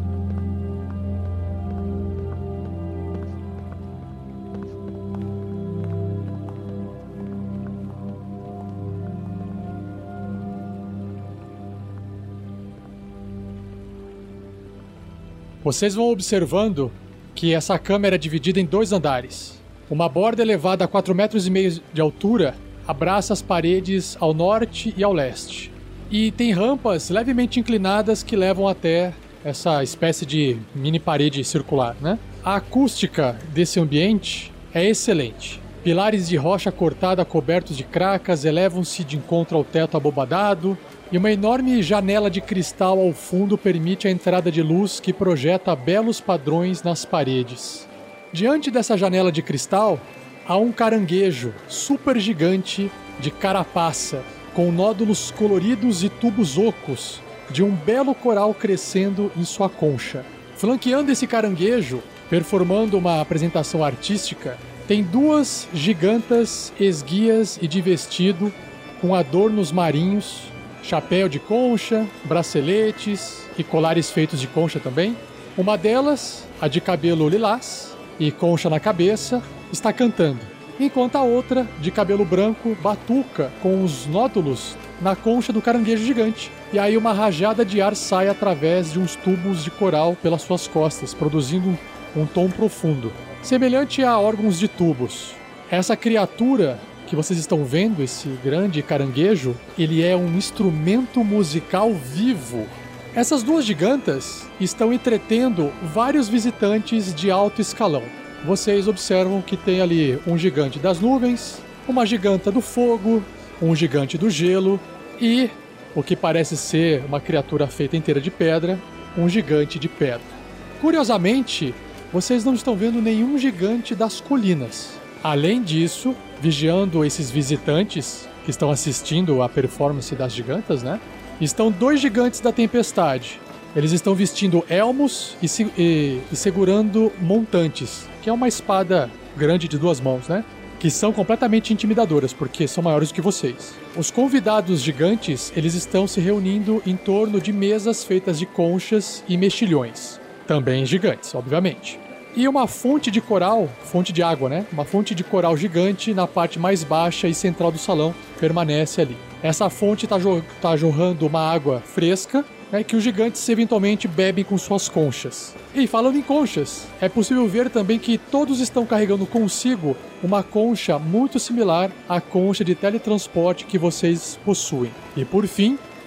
Vocês vão observando que essa câmera é dividida em dois andares. Uma borda elevada a quatro metros e meio de altura abraça as paredes ao norte e ao leste. E tem rampas levemente inclinadas que levam até essa espécie de mini parede circular, né? A acústica desse ambiente é excelente. Pilares de rocha cortada cobertos de cracas elevam-se de encontro ao teto abobadado e uma enorme janela de cristal ao fundo permite a entrada de luz que projeta belos padrões nas paredes. Diante dessa janela de cristal, há um caranguejo super gigante de carapaça, com nódulos coloridos e tubos ocos de um belo coral crescendo em sua concha. Flanqueando esse caranguejo, performando uma apresentação artística, tem duas gigantas esguias e de vestido com adornos marinhos, chapéu de concha, braceletes e colares feitos de concha também. Uma delas, a de cabelo lilás e concha na cabeça, está cantando. Enquanto a outra, de cabelo branco, batuca com os nódulos na concha do caranguejo gigante. E aí uma rajada de ar sai através de uns tubos de coral pelas suas costas, produzindo um tom profundo, semelhante a órgãos de tubos. Essa criatura que vocês estão vendo, esse grande caranguejo, ele é um instrumento musical vivo. Essas duas gigantas estão entretendo vários visitantes de alto escalão. Vocês observam que tem ali um gigante das nuvens, uma giganta do fogo, um gigante do gelo e, o que parece ser uma criatura feita inteira de pedra, um gigante de pedra. Curiosamente, vocês não estão vendo nenhum gigante das colinas. Além disso, vigiando esses visitantes que estão assistindo à performance das gigantas, né? Estão dois gigantes da tempestade. Eles estão vestindo elmos e, se, e, e segurando montantes, que é uma espada grande de duas mãos, né? Que são completamente intimidadoras, porque são maiores do que vocês. Os convidados gigantes, eles estão se reunindo em torno de mesas feitas de conchas e mexilhões. Também gigantes, obviamente. E uma fonte de coral, fonte de água, né? Uma fonte de coral gigante na parte mais baixa e central do salão permanece ali. Essa fonte está jo- tá jorrando uma água fresca, né, que os gigantes eventualmente bebem com suas conchas. E falando em conchas, é possível ver também que todos estão carregando consigo uma concha muito similar à concha de teletransporte que vocês possuem. E por fim,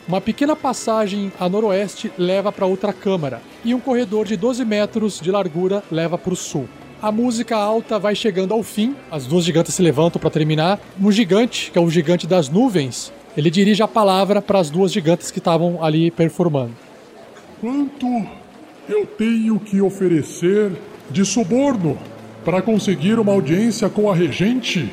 Uma pequena passagem a noroeste leva para outra câmara, e um corredor de doze metros de largura leva para o sul. A música alta vai chegando ao fim, as duas gigantes se levantam para terminar. Um gigante, que é o gigante das nuvens, ele dirige a palavra para as duas gigantes que estavam ali performando. Quanto eu tenho que oferecer de suborno para conseguir uma audiência com a regente?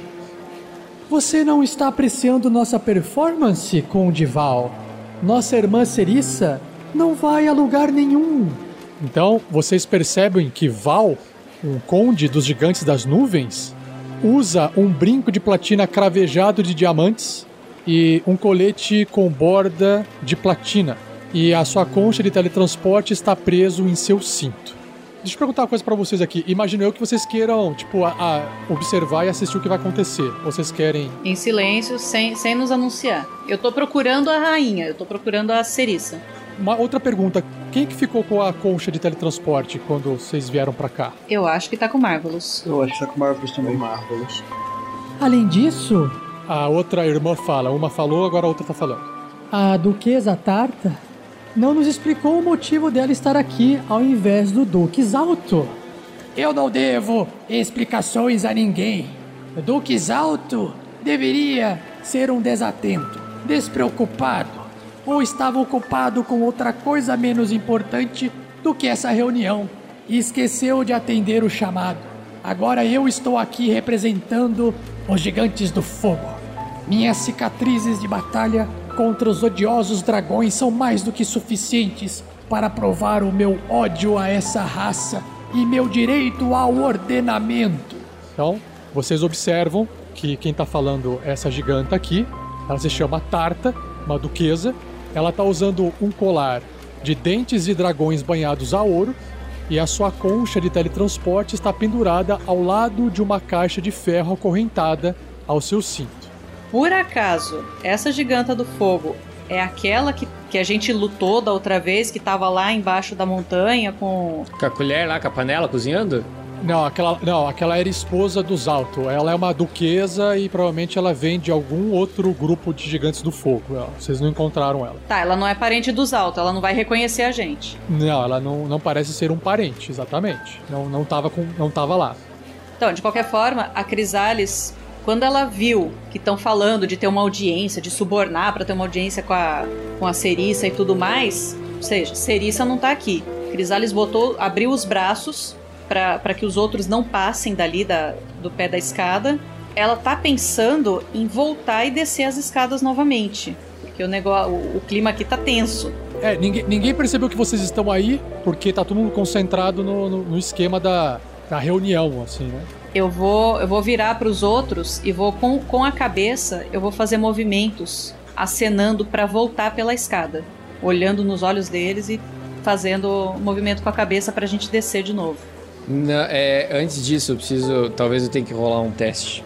Você não está apreciando nossa performance, Conde Val? Nossa irmã Serissa não vai a lugar nenhum. Então, vocês percebem que Val, um conde dos gigantes das nuvens, usa um brinco de platina cravejado de diamantes e um colete com borda de platina. E a sua concha de teletransporte está preso em seu cinto. Deixa eu perguntar uma coisa pra vocês aqui. Imagino eu que vocês queiram, tipo, a, a observar e assistir o que vai acontecer. Vocês querem... Em silêncio, sem, sem nos anunciar. Eu tô procurando a rainha, eu tô procurando a Serissa. Uma outra pergunta. Quem que ficou com a concha de teletransporte quando vocês vieram pra cá? Eu acho que tá com o Marvelous. Eu acho que tá com o Marvelous também. Marvelous. Além disso... A outra irmã fala. Uma falou, agora a outra tá falando. A Duquesa Tarta não nos explicou o motivo dela estar aqui ao invés do Duque Zalto. Eu não devo explicações a ninguém. O Duque Zalto deveria ser um desatento, despreocupado, ou estava ocupado com outra coisa menos importante do que essa reunião e esqueceu de atender o chamado. Agora eu estou aqui representando os Gigantes do Fogo. Minhas cicatrizes de batalha contra os odiosos dragões são mais do que suficientes para provar o meu ódio a essa raça e meu direito ao ordenamento. Então, vocês observam que quem está falando é essa giganta aqui. Ela se chama Tarta, uma duquesa. Ela está usando um colar de dentes de dragões banhados a ouro e a sua concha de teletransporte está pendurada ao lado de uma caixa de ferro acorrentada ao seu cinto. Por acaso, essa giganta do fogo é aquela que, que a gente lutou da outra vez, que tava lá embaixo da montanha com... Com a colher lá, com a panela, cozinhando? Não, aquela, não, aquela era esposa do Zalto. Ela é uma duquesa e provavelmente ela vem de algum outro grupo de gigantes do fogo. Vocês não encontraram ela. Tá, ela não é parente do Zalto, ela não vai reconhecer a gente. Não, ela não, não parece ser um parente, exatamente. Não, não, tava com, não tava lá. Então, de qualquer forma, a Crisales... Quando ela viu que estão falando de ter uma audiência, de subornar para ter uma audiência com a, com a Serissa e tudo mais, ou seja, Serissa não tá aqui. Crisales botou, abriu os braços para que os outros não passem dali da, do pé da escada. Ela tá pensando em voltar e descer as escadas novamente, porque o, negócio, o, o clima aqui tá tenso. É, ninguém, ninguém percebeu que vocês estão aí, porque tá todo mundo concentrado no, no, no esquema da, da reunião, assim, né? Eu vou, eu vou virar para os outros e vou com, com a cabeça, eu vou fazer movimentos acenando para voltar pela escada, olhando nos olhos deles e fazendo movimento com a cabeça para a gente descer de novo. Não, é, antes disso, eu preciso, talvez eu tenha que rolar um teste.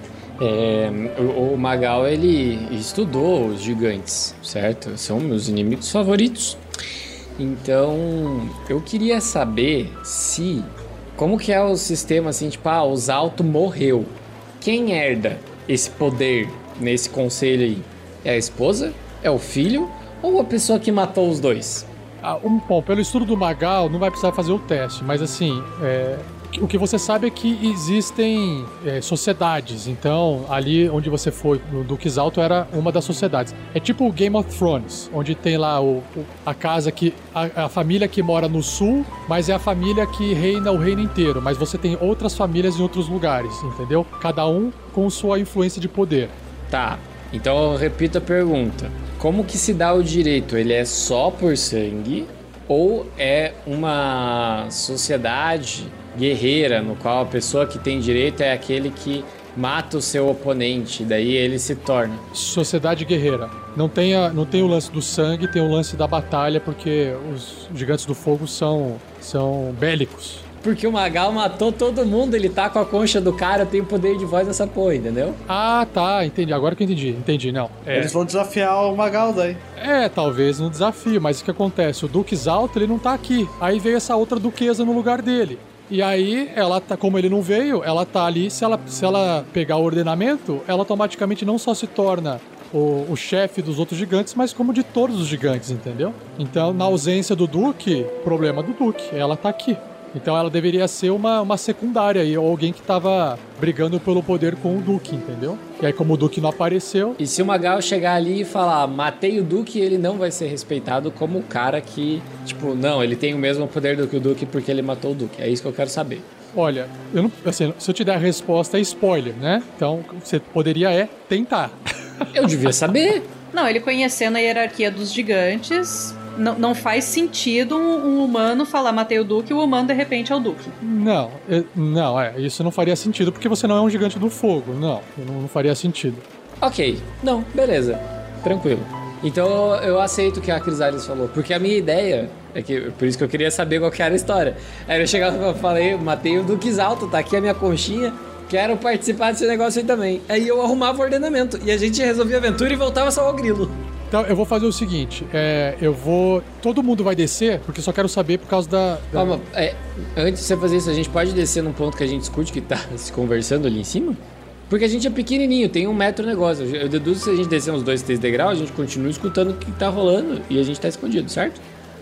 É, o, o Magal, ele estudou os gigantes, certo? São meus inimigos favoritos. Então, eu queria saber se... Como que é o sistema, assim, tipo, ah, o Zalto morreu. Quem herda esse poder nesse conselho aí? É a esposa? É o filho? Ou a pessoa que matou os dois? Ah, um, bom, pelo estudo do Magal, não vai precisar fazer o teste, mas assim, é, o que você sabe é que existem é, sociedades. Então, ali onde você foi, no Duque Zalto, era uma das sociedades. É tipo o Game of Thrones, onde tem lá o, o, a casa que... A, a família que mora no sul, mas é a família que reina o reino inteiro. Mas você tem outras famílias em outros lugares, entendeu? Cada um com sua influência de poder. Tá, então eu repito a pergunta. Como que se dá o direito? Ele é só por sangue? Ou é uma sociedade guerreira, no qual a pessoa que tem direito é aquele que mata o seu oponente, daí ele se torna? Sociedade guerreira. Não tem, a, não tem o lance do sangue, tem o lance da batalha, porque os gigantes do fogo são, são bélicos. Porque o Magal matou todo mundo, ele tá com a concha do cara, tem o poder de voz nessa porra, entendeu? Ah, tá, entendi. Agora que eu entendi. Entendi, não. É. Eles vão desafiar o Magal daí. É, talvez no desafio, mas o que acontece? O Duque Zalto, ele não tá aqui. Aí veio essa outra duquesa no lugar dele. E aí, ela tá, como ele não veio, ela tá ali, se ela, se ela pegar o ordenamento, ela automaticamente não só se torna o, o chefe dos outros gigantes, mas como de todos os gigantes, entendeu? Então, na ausência do Duque, problema do Duque, ela tá aqui. Então ela deveria ser uma, uma secundária aí, ou alguém que tava brigando pelo poder com o Duque, entendeu? E aí, como o Duque não apareceu... E se o Magal chegar ali e falar, matei o Duque, ele não vai ser respeitado como o cara que, tipo, não, ele tem o mesmo poder do que o Duque porque ele matou o Duque. É isso que eu quero saber. Olha, eu não, assim, se eu te der a resposta, é spoiler, né? Então, você poderia é tentar. Eu devia saber. Não, ele conhecendo a hierarquia dos gigantes... Não, não faz sentido um, um humano falar matei o Duque e o humano de repente é o Duque. Não, é, não, é, isso não faria sentido porque você não é um gigante do fogo, não, não, não faria sentido. Ok, não, beleza, tranquilo. Então eu aceito o que a Crisales falou, porque a minha ideia, é que, por isso que eu queria saber qual que era a história. Aí eu chegava e falei, matei o Duque Alto, tá aqui a minha conchinha, quero participar desse negócio aí também. Aí eu arrumava o ordenamento e a gente resolvia a aventura e voltava só ao grilo. Então, eu vou fazer o seguinte, é, eu vou... Todo mundo vai descer, porque eu só quero saber por causa da... da... Calma, é, antes de você fazer isso, a gente pode descer num ponto que a gente discute, que tá se conversando ali em cima? Porque a gente é pequenininho, tem um metro o negócio. Eu deduzo que se a gente descer uns dois, três degraus, a gente continua escutando o que tá rolando e a gente tá escondido, certo?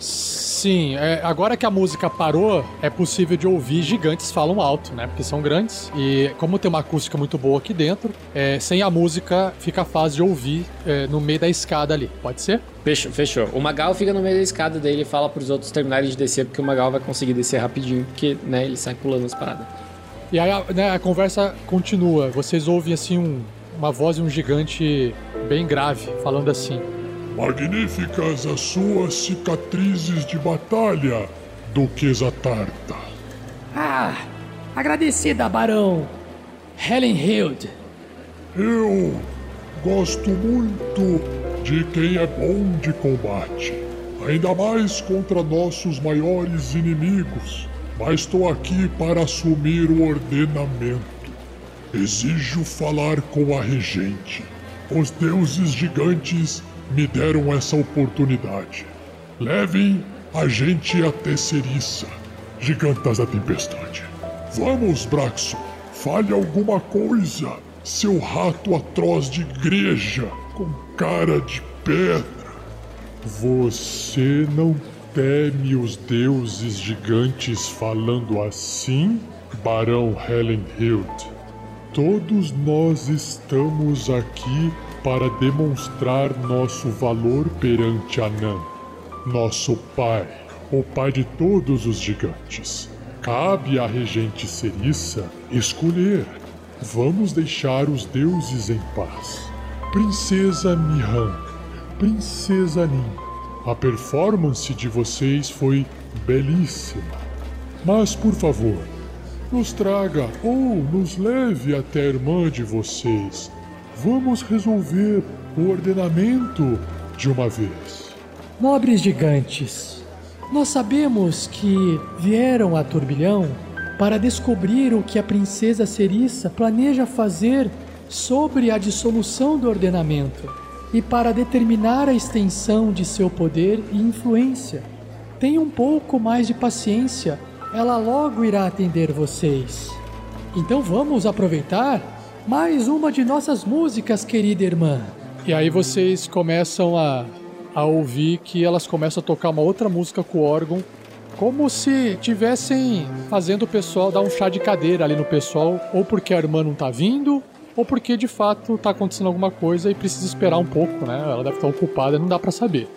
Sim, é, agora que a música parou, é possível de ouvir gigantes falam alto, né? Porque são grandes e como tem uma acústica muito boa aqui dentro, é, sem a música fica fácil de ouvir é, no meio da escada ali, pode ser? Fechou, fechou. O Magal fica no meio da escada dele e fala pros outros terminarem de descer, porque o Magal vai conseguir descer rapidinho, porque, né, ele sai pulando as paradas. E aí, né, a conversa continua, vocês ouvem assim um, uma voz de um gigante bem grave, falando assim: magníficas as suas cicatrizes de batalha, Duquesa Tarta. Ah, agradecida, Barão Helenhild. Eu gosto muito de quem é bom de combate, ainda mais contra nossos maiores inimigos. Mas estou aqui para assumir o ordenamento. Exijo falar com a regente. Os deuses gigantes me deram essa oportunidade. Levem a gente até Seriça, gigantas da tempestade. Vamos, Braxo, fale alguma coisa, seu rato atroz de igreja, com cara de pedra. Você não teme os deuses gigantes falando assim, Barão Helenhild? Todos nós estamos aqui para demonstrar nosso valor perante Anã, nosso pai, o pai de todos os gigantes. Cabe à regente Seriça escolher. Vamos deixar os deuses em paz. Princesa Mihan, Princesa Nin, a performance de vocês foi belíssima. Mas, por favor, nos traga ou nos leve até a irmã de vocês. Vamos resolver o ordenamento de uma vez. Nobres gigantes, nós sabemos que vieram a Turbilhão para descobrir o que a princesa Seriça planeja fazer sobre a dissolução do ordenamento e para determinar a extensão de seu poder e influência. Tenha um pouco mais de paciência, ela logo irá atender vocês. Então vamos aproveitar mais uma de nossas músicas, querida irmã. E aí vocês começam a, a ouvir que elas começam a tocar uma outra música com o órgão, como se tivessem fazendo o pessoal dar um chá de cadeira ali no pessoal, ou porque a irmã não tá vindo, ou porque de fato tá acontecendo alguma coisa e precisa esperar um pouco, né? Ela deve estar ocupada, não dá pra saber.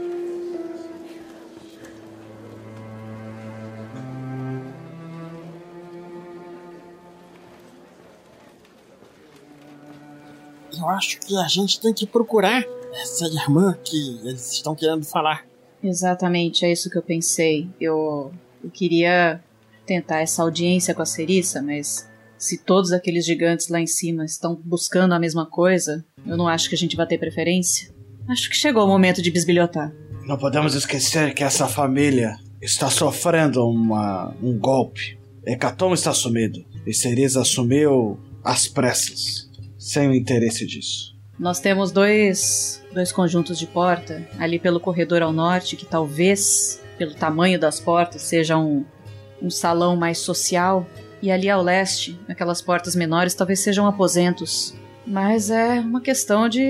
Eu acho que a gente tem que procurar essa irmã que eles estão querendo falar. Exatamente, é isso que eu pensei. Eu, eu queria tentar essa audiência com a Seriça, mas se todos aqueles gigantes lá em cima estão buscando a mesma coisa, eu não acho que a gente vai ter preferência. Acho que chegou o momento de bisbilhotar. Não podemos esquecer que essa família está sofrendo uma, um golpe. Hecaton está sumido e Seriça assumiu às pressas, sem o interesse disso. Nós temos dois, dois conjuntos de porta ali pelo corredor ao norte, que talvez, pelo tamanho das portas, seja um, um salão mais social. E ali ao leste, aquelas portas menores, talvez sejam aposentos. Mas é uma questão de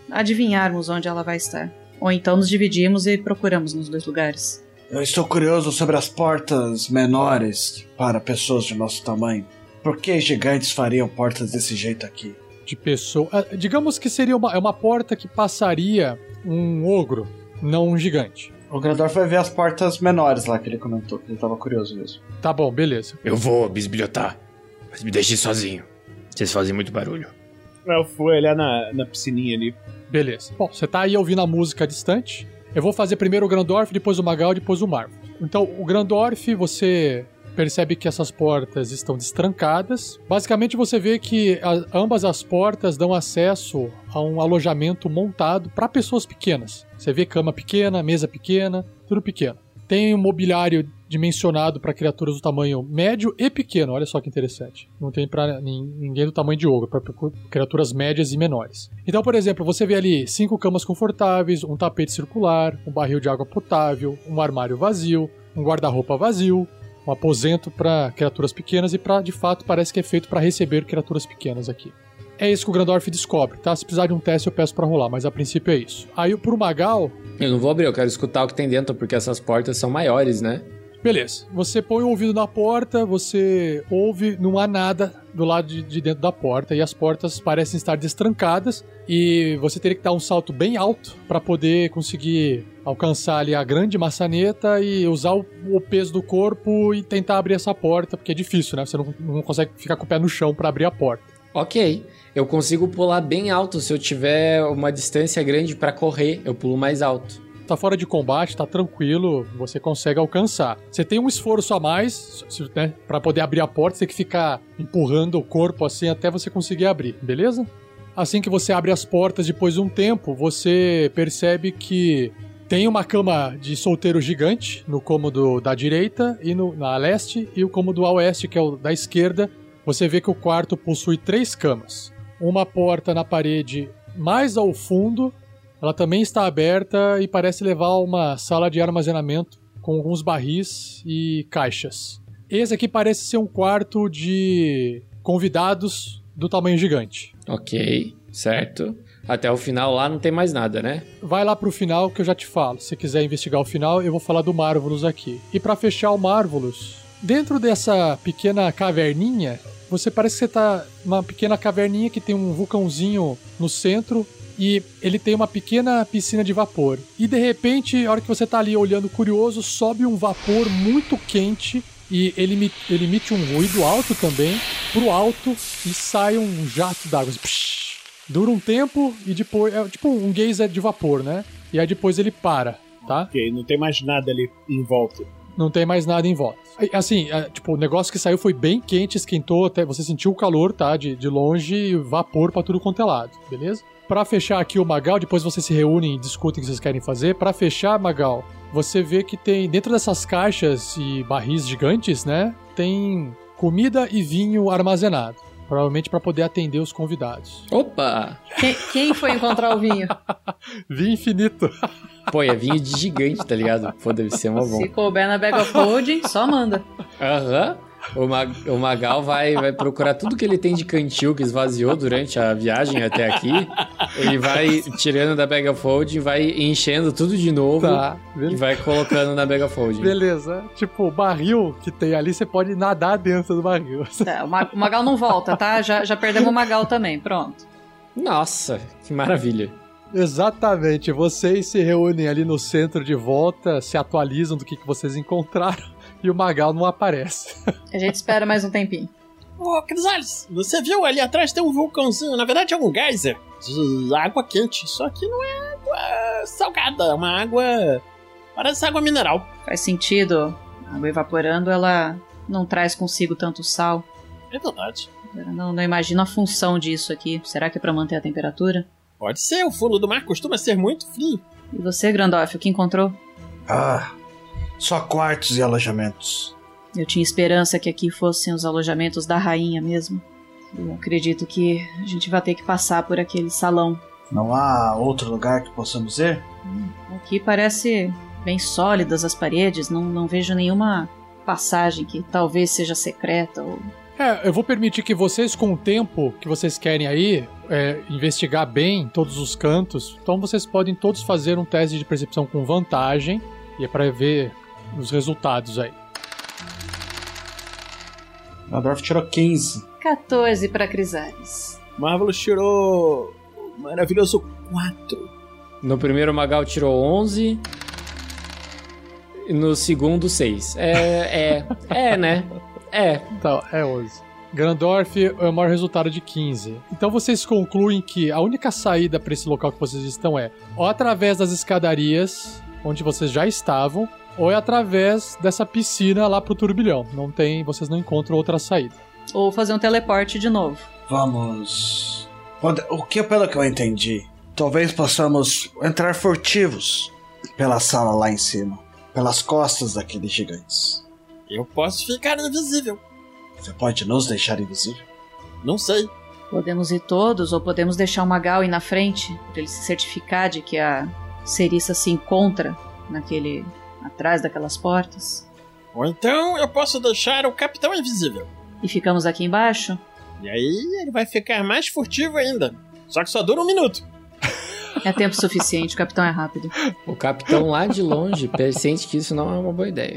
adivinharmos onde ela vai estar. Ou então nos dividimos e procuramos nos dois lugares. Eu estou curioso sobre as portas menores para pessoas de nosso tamanho. Por que gigantes fariam portas desse jeito aqui? De pessoa... Ah, digamos que seria uma, é uma porta que passaria um ogro, não um gigante. O Grandorf vai ver as portas menores lá que ele comentou, que ele estava curioso mesmo. Tá bom, beleza. Eu vou bisbilhotar, mas me deixe sozinho. Vocês fazem muito barulho. Eu fui olhar na, na piscininha ali. Beleza. Bom, você tá aí ouvindo a música distante. Eu vou fazer primeiro o Grandorf, depois o Magal, depois o Marvel. Então, o Grandorf, você percebe que essas portas estão destrancadas. Basicamente, você vê que a, ambas as portas dão acesso a um alojamento montado para pessoas pequenas. Você vê cama pequena, mesa pequena, tudo pequeno. Tem um mobiliário dimensionado para criaturas do tamanho médio e pequeno. Olha só que interessante. Não tem para ninguém do tamanho de ogro, para criaturas médias e menores. Então, por exemplo, você vê ali cinco camas confortáveis, um tapete circular, um barril de água potável, um armário vazio, um guarda-roupa vazio, um aposento para criaturas pequenas e, pra, de fato, parece que é feito para receber criaturas pequenas aqui. É isso que o Grandorf descobre, tá? Se precisar de um teste eu peço pra rolar, mas a princípio é isso. Aí pro Magal... Eu não vou abrir, eu quero escutar o que tem dentro, porque essas portas são maiores, né? Beleza. Você põe o ouvido na porta, você ouve, não há nada do lado de, de dentro da porta, e as portas parecem estar destrancadas, e você teria que dar um salto bem alto pra poder conseguir alcançar ali a grande maçaneta e usar o, o peso do corpo e tentar abrir essa porta, porque é difícil, né? Você não, não consegue ficar com o pé no chão pra abrir a porta. Ok, eu consigo pular bem alto. Se eu tiver uma distância grande pra correr, eu pulo mais alto. Tá fora de combate, tá tranquilo, você consegue alcançar. Você tem um esforço a mais, né, pra poder abrir a porta, você tem que ficar empurrando o corpo assim até você conseguir abrir, beleza? Assim que você abre as portas, depois de um tempo, você percebe que tem uma cama de solteiro gigante no cômodo da direita e no, na leste, e o cômodo a oeste, que é o da esquerda. Você vê que o quarto possui três camas. Uma porta na parede mais ao fundo, ela também está aberta e parece levar a uma sala de armazenamento com alguns barris e caixas. Esse aqui parece ser um quarto de convidados do tamanho gigante. Ok, certo. Até o final lá não tem mais nada, né? Vai lá pro final que eu já te falo. Se quiser investigar o final, eu vou falar do Marvelous aqui. E para fechar o Marvelous, dentro dessa pequena caverninha, você parece que você tá numa pequena caverninha que tem um vulcãozinho no centro e ele tem uma pequena piscina de vapor. E de repente, a hora que você tá ali olhando curioso, sobe um vapor muito quente e ele, ele emite um ruído alto também, pro alto, e sai um jato d'água. Dura um tempo e depois... É tipo um geyser de vapor, né? E aí depois ele para, tá? Ok, não tem mais nada ali em volta. Não tem mais nada em volta. Assim, é, tipo, o negócio que saiu foi bem quente, esquentou, até você sentiu o calor, tá? De, de longe, vapor pra tudo quanto é lado, beleza? Pra fechar aqui o Magal, depois vocês se reúnem e discutem o que vocês querem fazer. Pra fechar, Magal, você vê que tem, dentro dessas caixas e barris gigantes, né? Tem comida e vinho armazenado. Provavelmente pra poder atender os convidados. Opa! Quem, quem foi encontrar o vinho? Vinho infinito. Pô, é vinho de gigante, tá ligado? Pô, deve ser uma bom. Se couber na bag of holding, só manda. Aham. Uhum. O, Mag o Magal vai, vai procurar tudo que ele tem de cantil que esvaziou durante a viagem até aqui. Ele vai tirando da bag of holding, vai enchendo tudo de novo, tá, e vai colocando na bag of holding. Beleza. Tipo, o barril que tem ali, você pode nadar dentro do barril. Tá, o, Ma o Magal não volta, tá? Já, já perdemos o Magal também, pronto. Nossa, que maravilha. Exatamente. Vocês se reúnem ali no centro de volta, se atualizam do que, que vocês encontraram. E o Magal não aparece. A gente espera mais um tempinho. Ô, oh, Crisales, você viu ali atrás tem um vulcãozinho. Na verdade é um geyser de água quente. Só que não é água salgada, é uma água... parece água mineral. Faz sentido. A água evaporando, ela não traz consigo tanto sal. É verdade. Eu não, não imagino a função disso aqui. Será que é pra manter a temperatura? Pode ser, o fundo do mar costuma ser muito frio. E você, Grandorf, o que encontrou? Ah... Só quartos e alojamentos. Eu tinha esperança que aqui fossem os alojamentos da rainha mesmo. Eu acredito que a gente vai ter que passar por aquele salão. Não há outro lugar que possamos ir? Aqui parece bem sólidas as paredes. Não, não vejo nenhuma passagem que talvez seja secreta ou... É, eu vou permitir que vocês, com o tempo que vocês querem aí, é, investigar bem todos os cantos, então vocês podem todos fazer um teste de percepção com vantagem, e é pra ver os resultados aí. O Gandorf tirou quinze. quatorze pra Crisales. Marvelous tirou... maravilhoso quatro. No primeiro, o Magal tirou onze. E no segundo, seis. É, é, é, né? É. Então, é onze. Grandorf é o maior resultado de quinze. Então vocês concluem que a única saída para esse local que vocês estão é ou através das escadarias, onde vocês já estavam, ou é através dessa piscina lá pro turbilhão. Não tem, vocês não encontram outra saída. Ou fazer um teleporte de novo. Vamos... O que, pelo que eu entendi, talvez possamos entrar furtivos pela sala lá em cima, pelas costas daqueles gigantes. Eu posso ficar invisível. Você pode nos deixar invisível? Não sei. Podemos ir todos, ou podemos deixar o Magal ir na frente, para ele se certificar de que a Serissa se encontra naquele... atrás daquelas portas. Ou então eu posso deixar o Capitão invisível. E ficamos aqui embaixo? E aí ele vai ficar mais furtivo ainda. Só que só dura um minuto. É tempo suficiente, o Capitão é rápido. O Capitão lá de longe sente que isso não é uma boa ideia.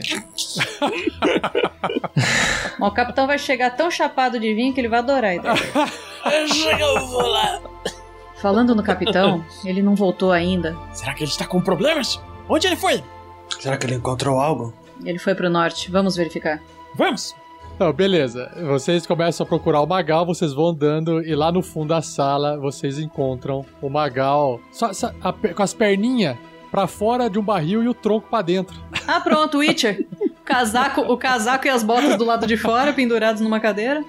Bom, o Capitão vai chegar tão chapado de vinho que ele vai adorar a ideia. Eu vou lá. Falando no Capitão, ele não voltou ainda. Será que ele está com problemas? Onde ele foi? Será que ele encontrou algo? Ele foi pro norte, vamos verificar. Vamos! Então, beleza. Vocês começam a procurar o Magal, vocês vão andando e lá no fundo da sala vocês encontram o Magal só, só, a, com as perninhas pra fora de um barril e o tronco pra dentro. Ah, pronto, Witcher. O casaco, o casaco e as botas do lado de fora pendurados numa cadeira.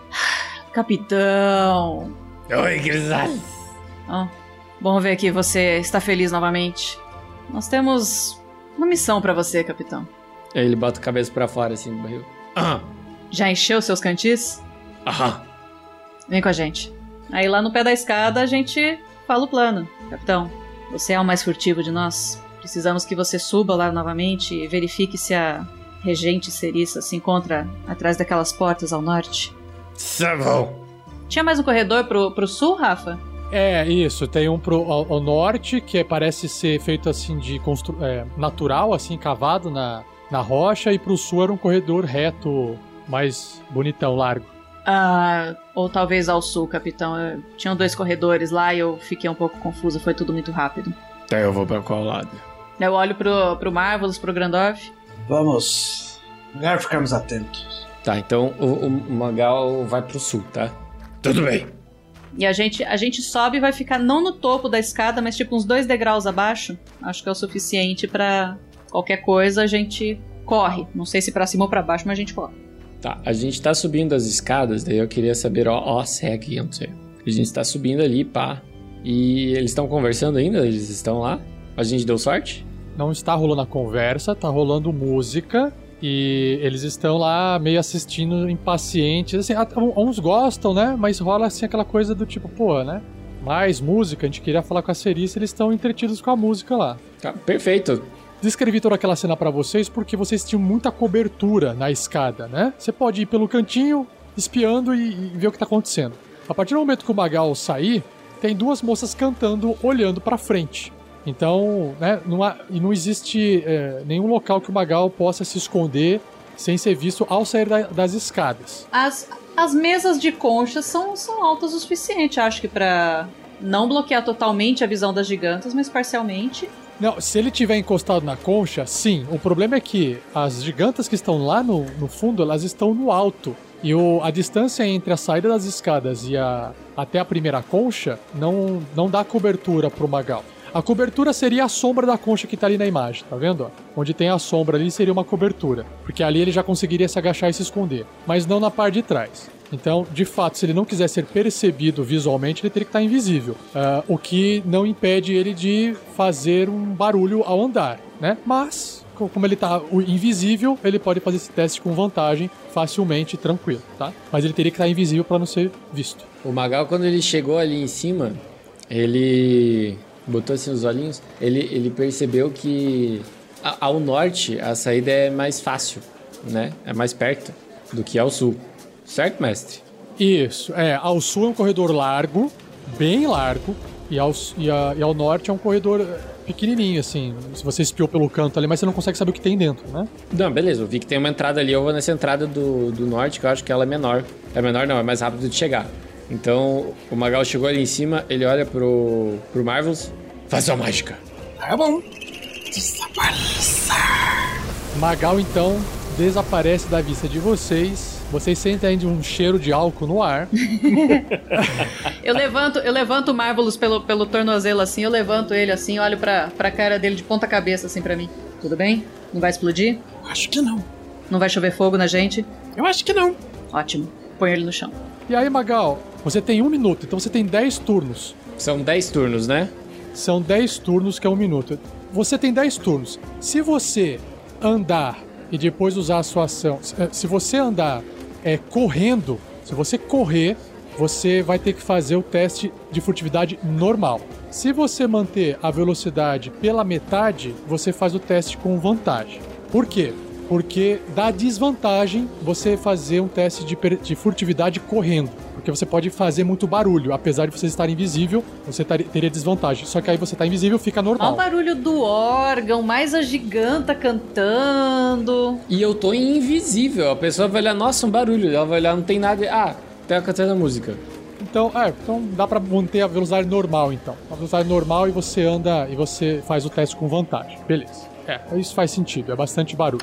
Capitão. Oi, Crisales. Oh, bom ver que você está feliz novamente. Nós temos uma missão pra você, capitão. Aí ele bota a cabeça pra fora assim do barril. Aham. Já encheu seus cantis? Aham. Vem com a gente. Aí lá no pé da escada a gente fala o plano. Capitão, você é o mais furtivo de nós. Precisamos que você suba lá novamente e verifique se a regente Serissa se encontra atrás daquelas portas ao norte. Tá bom. Tinha mais um corredor pro, pro sul, Rafa? É, isso. Tem um pro, ao, ao norte, que parece ser feito assim de constru... é, natural, assim, cavado na, na rocha. E pro sul era um corredor reto, mais bonitão, largo. Ah, ou talvez ao sul, capitão. Eu... Tinham dois corredores lá e eu fiquei um pouco confusa. Foi tudo muito rápido. Então eu vou pra qual lado? Eu olho pro, pro Marvelous, pro Grandorf. Vamos. Melhor ficarmos atentos. Tá, então o, o Magal vai pro sul, tá? Tudo bem. E a gente, a gente sobe e vai ficar não no topo da escada, mas tipo uns dois degraus abaixo. Acho que é o suficiente pra qualquer coisa a gente corre. Não sei se pra cima ou pra baixo, mas a gente corre. Tá, a gente tá subindo as escadas, daí eu queria saber, ó, ó, segue, eu não sei. A gente tá subindo ali, pá. E eles estão conversando ainda? Eles estão lá? A gente deu sorte? Não está rolando a conversa, tá rolando música. E eles estão lá meio assistindo impacientes. Assim, uns gostam, né? Mas rola assim aquela coisa do tipo, pô, né? Mais música, a gente queria falar com a Serissa, eles estão entretidos com a música lá. Tá, perfeito. Descrevi toda aquela cena pra vocês porque vocês tinham muita cobertura na escada, né? Você pode ir pelo cantinho, espiando e, e ver o que tá acontecendo. A partir do momento que o Magal sair, tem duas moças cantando, olhando pra frente. Então, né, não há, e não existe é, nenhum local que o Magal possa se esconder sem ser visto ao sair da, das escadas. As, as mesas de concha são, são altas o suficiente, acho que pra não bloquear totalmente a visão das gigantas, mas parcialmente. Não, se ele tiver encostado na concha, sim. O problema é que as gigantas que estão lá no, no fundo, elas estão no alto. E o, a distância entre a saída das escadas e a, até a primeira concha não, não dá cobertura pro Magal. A cobertura seria a sombra da concha que tá ali na imagem, tá vendo? Ó? Onde tem a sombra ali seria uma cobertura, porque ali ele já conseguiria se agachar e se esconder, mas não na parte de trás. Então, de fato, se ele não quiser ser percebido visualmente, ele teria que estar invisível, uh, o que não impede ele de fazer um barulho ao andar, né? Mas, como ele tá invisível, ele pode fazer esse teste com vantagem facilmente, tranquilo, tá? Mas ele teria que estar invisível para não ser visto. O Magal, quando ele chegou ali em cima, ele botou assim os olhinhos, ele, ele percebeu que a, ao norte a saída é mais fácil, né? É mais perto do que ao sul. Certo, mestre? Isso, é. Ao sul é um corredor largo, bem largo e ao, e, a, e ao norte é um corredor pequenininho, assim. Se você espiou pelo canto ali, mas você não consegue saber o que tem dentro, né? Não, beleza. Eu vi que tem uma entrada ali. Eu vou nessa entrada do, do norte, que eu acho que ela é menor. É menor não, é mais rápido de chegar. Então, o Magal chegou ali em cima, ele olha pro, pro Marvelous. Faz sua mágica. Tá bom. Desapareça. Magal, então, desaparece da vista de vocês. Vocês sentem ainda um cheiro de álcool no ar. eu levanto eu levanto o Marvelous pelo, pelo tornozelo assim, eu levanto ele assim, olho pra, pra cara dele de ponta cabeça assim pra mim. Tudo bem? Não vai explodir? Acho que não. Não vai chover fogo na gente? Eu acho que não. Ótimo. Põe ele no chão. E aí, Magal, você tem um minuto, então você tem dez turnos. São dez turnos, né? São dez turnos, que é um minuto. Você tem dez turnos. Se você andar e depois usar a sua ação... Se você andar é, correndo, se você correr, você vai ter que fazer o teste de furtividade normal. Se você manter a velocidade pela metade, você faz o teste com vantagem. Por quê? Porque dá desvantagem você fazer um teste de, de furtividade correndo. Porque você pode fazer muito barulho. Apesar de você estar invisível, você tar, teria desvantagem. Só que aí você tá invisível, fica normal. Olha o barulho do órgão, mais a giganta cantando. E eu tô invisível. A pessoa vai olhar, nossa, um barulho. Ela vai olhar, não tem nada. Ah, tem cantando a música. Então, é, então dá pra manter a velocidade normal, então. A velocidade normal e você anda e você faz o teste com vantagem. Beleza. É, isso faz sentido, é bastante barulho.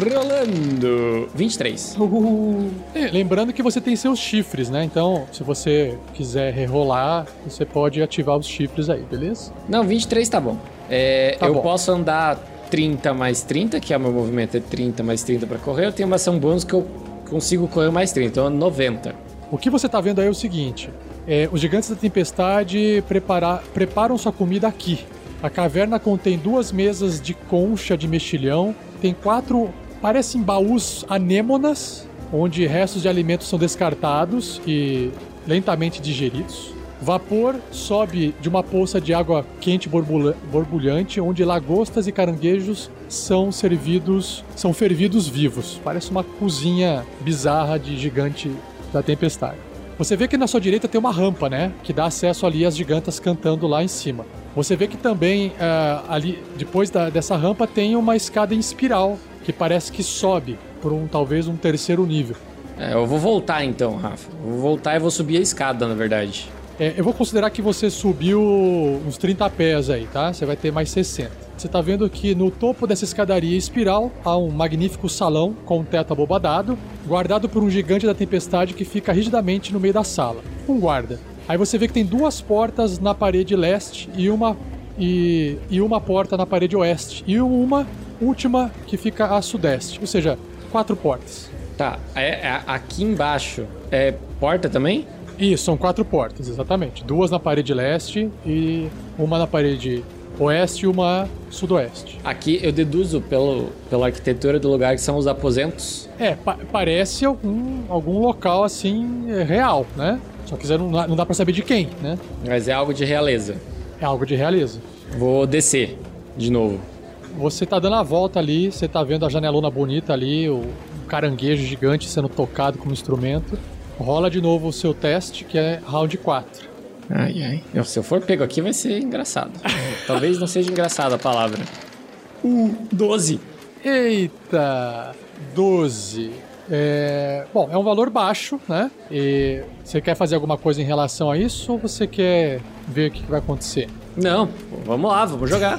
Rolando vinte e três. Uhul. E, lembrando que você tem seus chifres, né? Então, se você quiser rerolar, você pode ativar os chifres aí, beleza? Não, vinte e três tá bom. É, tá eu bom. posso andar trinta mais trinta, que é o meu movimento, é trinta mais trinta pra correr. Eu tenho uma ação bônus que eu consigo correr mais trinta, então é noventa. O que você tá vendo aí é o seguinte: é, os gigantes da tempestade prepara, preparam sua comida aqui. A caverna contém duas mesas de concha de mexilhão, tem quatro, parecem baús anêmonas, onde restos de alimentos são descartados e lentamente digeridos. Vapor sobe de uma poça de água quente borbulhante, onde lagostas e caranguejos são servidos, são fervidos vivos. Parece uma cozinha bizarra de gigante da tempestade. Você vê que na sua direita tem uma rampa, né? Que dá acesso ali às gigantas cantando lá em cima. Você vê que também, uh, ali, depois da, dessa rampa, tem uma escada em espiral, que parece que sobe por um, talvez, um terceiro nível. É, eu vou voltar então, Rafa. Eu vou voltar e vou subir a escada, na verdade. É, eu vou considerar que você subiu uns trinta pés aí, tá? Você vai ter mais sessenta. Você tá vendo que no topo dessa escadaria espiral há um magnífico salão com um teto abobadado, guardado por um gigante da tempestade que fica rigidamente no meio da sala. Um guarda. Aí você vê que tem duas portas na parede leste e uma, e, e uma porta na parede oeste. E uma última que fica a sudeste. Ou seja, quatro portas. Tá, é, é, aqui embaixo é porta também? Isso, são quatro portas, exatamente. Duas na parede leste e uma na parede oeste e uma sudoeste. Aqui eu deduzo pelo, pela arquitetura do lugar que são os aposentos. É, pa- parece algum, algum local assim real, né? Só que não, não dá pra saber de quem, né? Mas é algo de realeza. É algo de realeza. Vou descer de novo. Você tá dando a volta ali, você tá vendo a janelona bonita ali, o caranguejo gigante sendo tocado como instrumento. Rola de novo o seu teste, que é round quatro. Ai, ai. Se eu for pego aqui, vai ser engraçado. Talvez não seja engraçada a palavra. Uh, doze. Eita, doze. É... Bom, é um valor baixo, né? E você quer fazer alguma coisa em relação a isso ou você quer ver o que vai acontecer? Não, vamos lá, vamos jogar.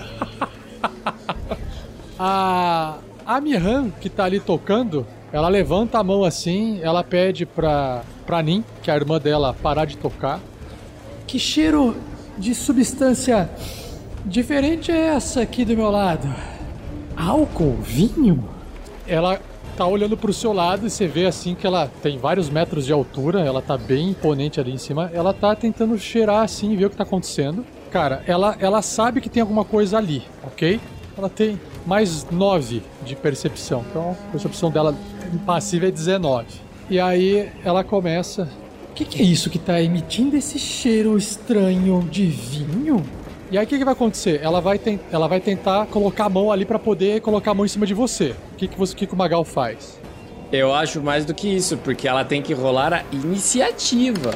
a, a Mihan, que tá ali tocando, ela levanta a mão assim, ela pede pra, pra Nin, que é a irmã dela, parar de tocar. Que cheiro de substância diferente é essa aqui do meu lado? Álcool? Vinho? Ela tá olhando pro seu lado e você vê assim que ela tem vários metros de altura, ela tá bem imponente ali em cima. Ela tá tentando cheirar assim e ver o que tá acontecendo. Cara, ela, ela sabe que tem alguma coisa ali, ok? Ela tem mais nove de percepção, então a percepção dela passiva é dezenove. E aí ela começa... O que, que é isso que tá emitindo esse cheiro estranho de vinho? E aí o que, que vai acontecer? Ela vai, ten- ela vai tentar colocar a mão ali pra poder colocar a mão em cima de você. O que, que, você, que, que o Magal faz? Eu acho mais do que isso, porque ela tem que rolar a iniciativa.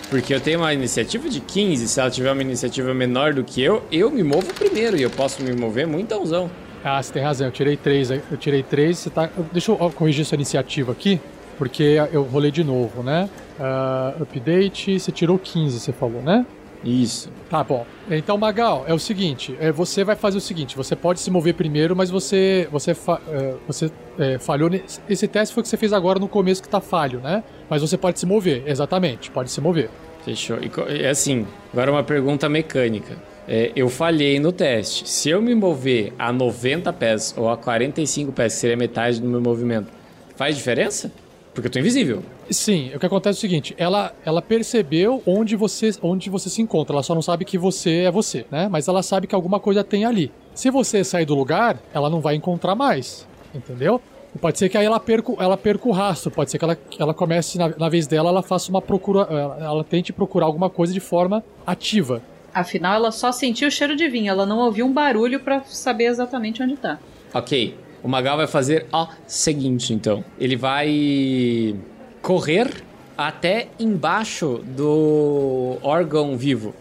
Porque eu tenho uma iniciativa de quinze, se ela tiver uma iniciativa menor do que eu, eu me movo primeiro e eu posso me mover muitãozão. Ah, você tem razão, eu tirei três, eu tirei três, você tá... Deixa eu corrigir sua iniciativa aqui, porque eu rolei de novo, né? Uh, update, você tirou quinze, você falou, né? Isso. Tá bom. Então, Magal, é o seguinte, é, você vai fazer o seguinte, você pode se mover primeiro, mas você, você, fa, é, você é, falhou, nesse, esse teste foi o que você fez agora no começo que tá falho, né? Mas você pode se mover, exatamente, pode se mover. Fechou. E assim, agora uma pergunta mecânica. É, eu falhei no teste. Se eu me mover a noventa pés ou a quarenta e cinco pés, que seria metade do meu movimento, faz diferença? Porque eu tô invisível. Sim, o que acontece é o seguinte, ela, ela percebeu onde você, onde você se encontra, ela só não sabe que você é você, né? Mas ela sabe que alguma coisa tem ali. Se você sair do lugar, ela não vai encontrar mais, entendeu? E pode ser que aí ela perca, ela perca o rastro, pode ser que ela, que ela comece, na, na vez dela, ela faça uma procura, ela, ela tente procurar alguma coisa de forma ativa. Afinal, ela só sentiu o cheiro de vinho, ela não ouviu um barulho pra saber exatamente onde tá. Ok, o Magal vai fazer o seguinte, então. Ele vai correr até embaixo do órgão vivo.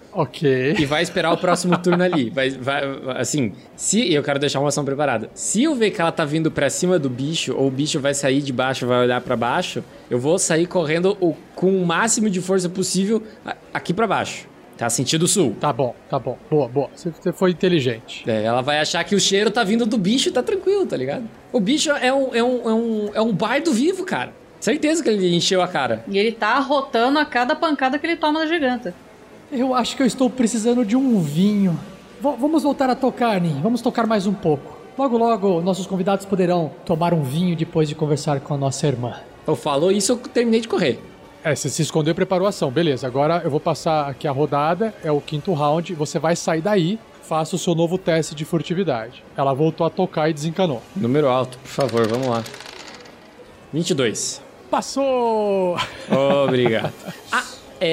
Ok. E vai esperar o próximo turno ali. Vai, vai, assim, se eu quero deixar uma ação preparada. Se eu ver que ela tá vindo pra cima do bicho, ou o bicho vai sair de baixo, vai olhar pra baixo, eu vou sair correndo o, com o máximo de força possível aqui pra baixo. Tá, sentido sul. Tá bom, tá bom. Boa, boa. Você foi inteligente. É, ela vai achar que o cheiro tá vindo do bicho e tá tranquilo, tá ligado? O bicho é um, é um, é um, é um bardo vivo, cara. Certeza que ele encheu a cara. E ele tá arrotando a cada pancada que ele toma da giganta. Eu acho que eu estou precisando de um vinho. V- vamos voltar a tocar, Nin. Vamos tocar mais um pouco. Logo, logo, nossos convidados poderão tomar um vinho depois de conversar com a nossa irmã. Eu falou isso, eu terminei de correr. É, você se escondeu e preparou a ação. Beleza, agora eu vou passar aqui a rodada, é o quinto round, você vai sair daí, faça o seu novo teste de furtividade. Ela voltou a tocar e desencanou. Número alto, por favor, vamos lá. vinte e dois. Passou! Obrigado. Ah,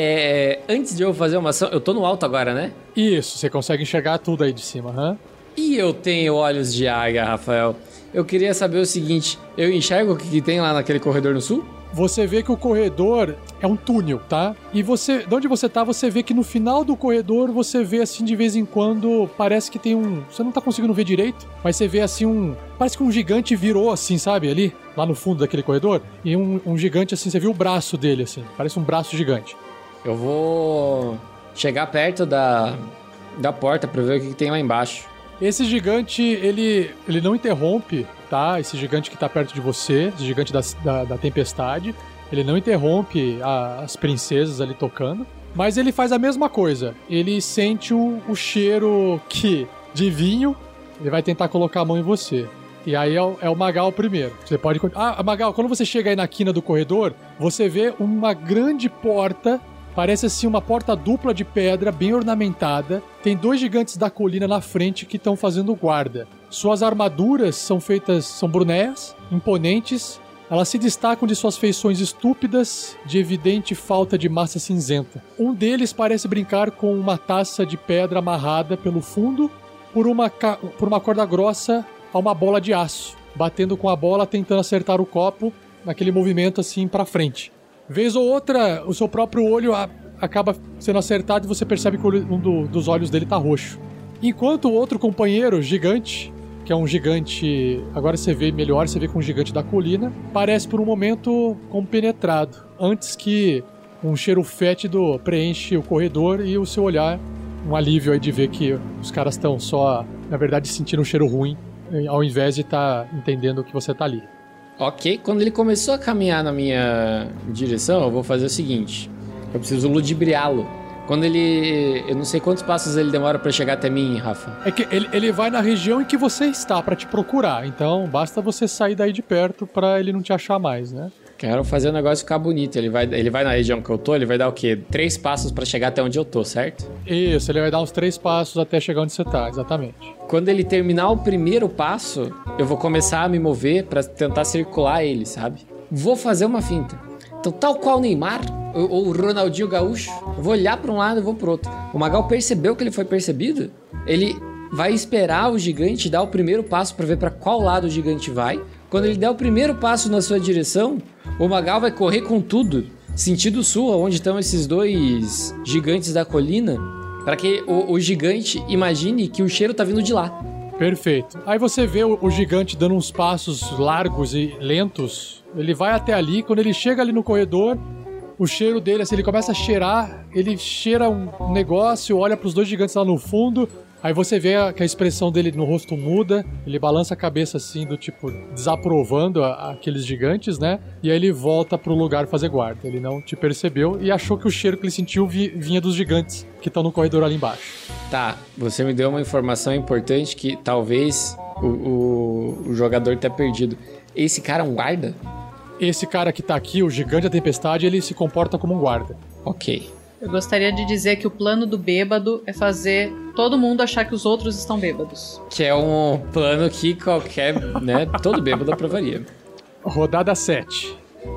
é, antes de eu fazer uma ação, eu tô no alto agora, né? Isso, você consegue enxergar tudo aí de cima, aham. Huh? E eu tenho olhos de águia, Rafael. Eu queria saber o seguinte, eu enxergo o que, que tem lá naquele corredor no sul? Você vê que o corredor é um túnel, tá? E você, de onde você tá, você vê que no final do corredor você vê assim de vez em quando, parece que tem um, você não tá conseguindo ver direito, mas você vê assim um, parece que um gigante virou assim, sabe, ali, lá no fundo daquele corredor, e um, um gigante assim, você viu o braço dele assim, parece um braço gigante. Eu vou chegar perto da, da porta pra ver o que, que tem lá embaixo. Esse gigante, ele, ele não interrompe, tá? Esse gigante que tá perto de você, esse gigante da, da, da tempestade, ele não interrompe a, as princesas ali tocando, mas ele faz a mesma coisa. Ele sente o, o cheiro que, de vinho, ele vai tentar colocar a mão em você. E aí é o, é o Magal primeiro. Você pode... Ah, Magal, quando você chega aí na quina do corredor, você vê uma grande porta. Parece assim uma porta dupla de pedra, bem ornamentada. Tem dois gigantes da colina na frente que estão fazendo guarda. Suas armaduras são feitas, são brunéas, imponentes. Elas se destacam de suas feições estúpidas, de evidente falta de massa cinzenta. Um deles parece brincar com uma taça de pedra amarrada pelo fundo por uma, ca... por uma corda grossa a uma bola de aço, batendo com a bola tentando acertar o copo naquele movimento assim pra frente. Vez ou outra, o seu próprio olho a, acaba sendo acertado e você percebe que um do, dos olhos dele tá roxo. Enquanto o outro companheiro, gigante, que é um gigante... Agora você vê melhor, você vê com um gigante da colina, parece por um momento compenetrado, antes que um cheiro fétido preenche o corredor e o seu olhar, um alívio aí de ver que os caras estão só, na verdade, sentindo um cheiro ruim, ao invés de estar tá entendendo que você tá ali. Ok, quando ele começou a caminhar na minha direção, eu vou fazer o seguinte. Eu preciso ludibriá-lo. Quando ele... Eu não sei quantos passos ele demora pra chegar até mim, Rafa. É que ele, ele vai na região em que você está pra te procurar. Então, basta você sair daí de perto pra ele não te achar mais, né? Quero fazer o negócio ficar bonito. Ele vai, ele vai na região que eu tô, ele vai dar o quê? Três passos pra chegar até onde eu tô, certo? Isso, ele vai dar uns três passos até chegar onde você tá, exatamente. Quando ele terminar o primeiro passo, eu vou começar a me mover pra tentar circular ele, sabe? Vou fazer uma finta. Então, tal qual o Neymar ou, ou o Ronaldinho Gaúcho, eu vou olhar pra um lado e vou pro outro. O Magal percebeu que ele foi percebido? Ele vai esperar o gigante dar o primeiro passo pra ver pra qual lado o gigante vai. Quando ele der o primeiro passo na sua direção, o Magal vai correr com tudo, sentido sul, onde estão esses dois gigantes da colina, para que o, o gigante imagine que o cheiro tá vindo de lá. Perfeito. Aí você vê o, o gigante dando uns passos largos e lentos. Ele vai até ali, quando ele chega ali no corredor, o cheiro dele, assim, ele começa a cheirar, ele cheira um negócio, olha pros dois gigantes lá no fundo, aí você vê que a expressão dele no rosto muda, ele balança a cabeça assim, do tipo, desaprovando a, aqueles gigantes, né? E aí ele volta pro lugar fazer guarda. Ele não te percebeu e achou que o cheiro que ele sentiu vi, vinha dos gigantes que estão no corredor ali embaixo. Tá, você me deu uma informação importante que talvez o, o, o jogador tenha perdido. Esse cara é um guarda? Esse cara que tá aqui, o gigante da tempestade, ele se comporta como um guarda. Ok. Eu gostaria de dizer que o plano do bêbado é fazer todo mundo achar que os outros estão bêbados. Que é um plano que qualquer, né, todo bêbado aprovaria. Rodada sete.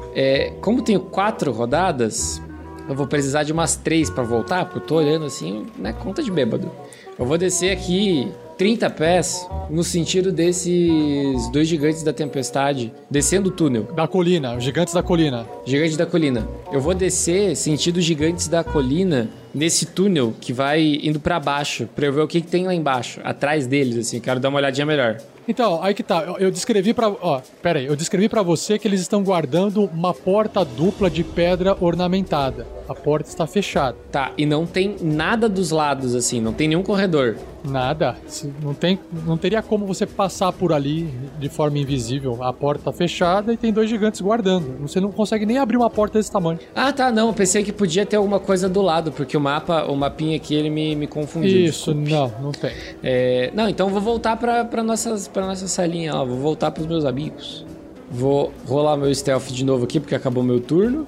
É, como tenho quatro rodadas, eu vou precisar de umas três pra voltar, porque eu tô olhando assim, né, conta de bêbado. Eu vou descer aqui trinta pés no sentido desses dois gigantes da tempestade descendo o túnel. Da colina, os gigantes da colina. Gigantes da colina. Eu vou descer sentido gigantes da colina nesse túnel que vai indo pra baixo, pra eu ver o que, que tem lá embaixo, atrás deles, assim, quero dar uma olhadinha melhor. Então, aí que tá, eu, eu descrevi pra... Ó, pera aí, eu descrevi pra você que eles estão guardando uma porta dupla de pedra ornamentada. A porta está fechada. Tá, e não tem nada dos lados, assim, não tem nenhum corredor. Nada, não, tem, não teria como você passar por ali de forma invisível. A porta tá fechada e tem dois gigantes guardando. Você não consegue nem abrir uma porta desse tamanho. Ah, tá, não, eu pensei que podia ter alguma coisa do lado, porque o mapa, o mapinha aqui, ele me, me confundiu. Isso, desculpe. não, não tem. É, não, então eu vou voltar pra, pra, nossas, pra nossa salinha, ó, vou voltar pros meus amigos. Vou rolar meu stealth de novo aqui, porque acabou meu turno.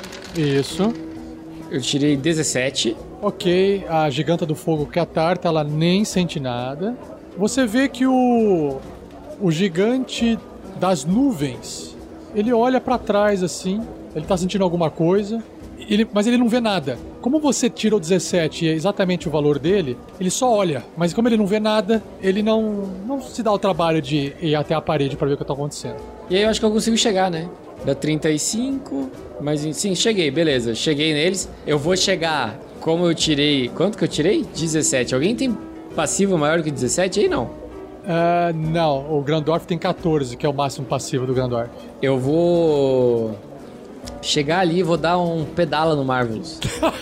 Isso. Eu tirei dezessete. Ok, a giganta do fogo, que é a Tarta, ela nem sente nada. Você vê que o, o gigante das nuvens, ele olha pra trás assim, ele tá sentindo alguma coisa, ele, mas ele não vê nada. Como você tirou dezessete e é exatamente o valor dele, ele só olha, mas como ele não vê nada, ele não, não se dá o trabalho de ir até a parede pra ver o que tá acontecendo. E aí eu acho que eu consigo chegar, né? Dá trinta e cinco, mas sim, cheguei, beleza. Cheguei neles. Eu vou chegar, como eu tirei... Quanto que eu tirei? dezessete. Alguém tem passivo maior que dezessete aí, não? Uh, não, o Grandorf tem catorze, que é o máximo passivo do Grandorf. Eu vou chegar ali e vou dar um pedala no Marvelous.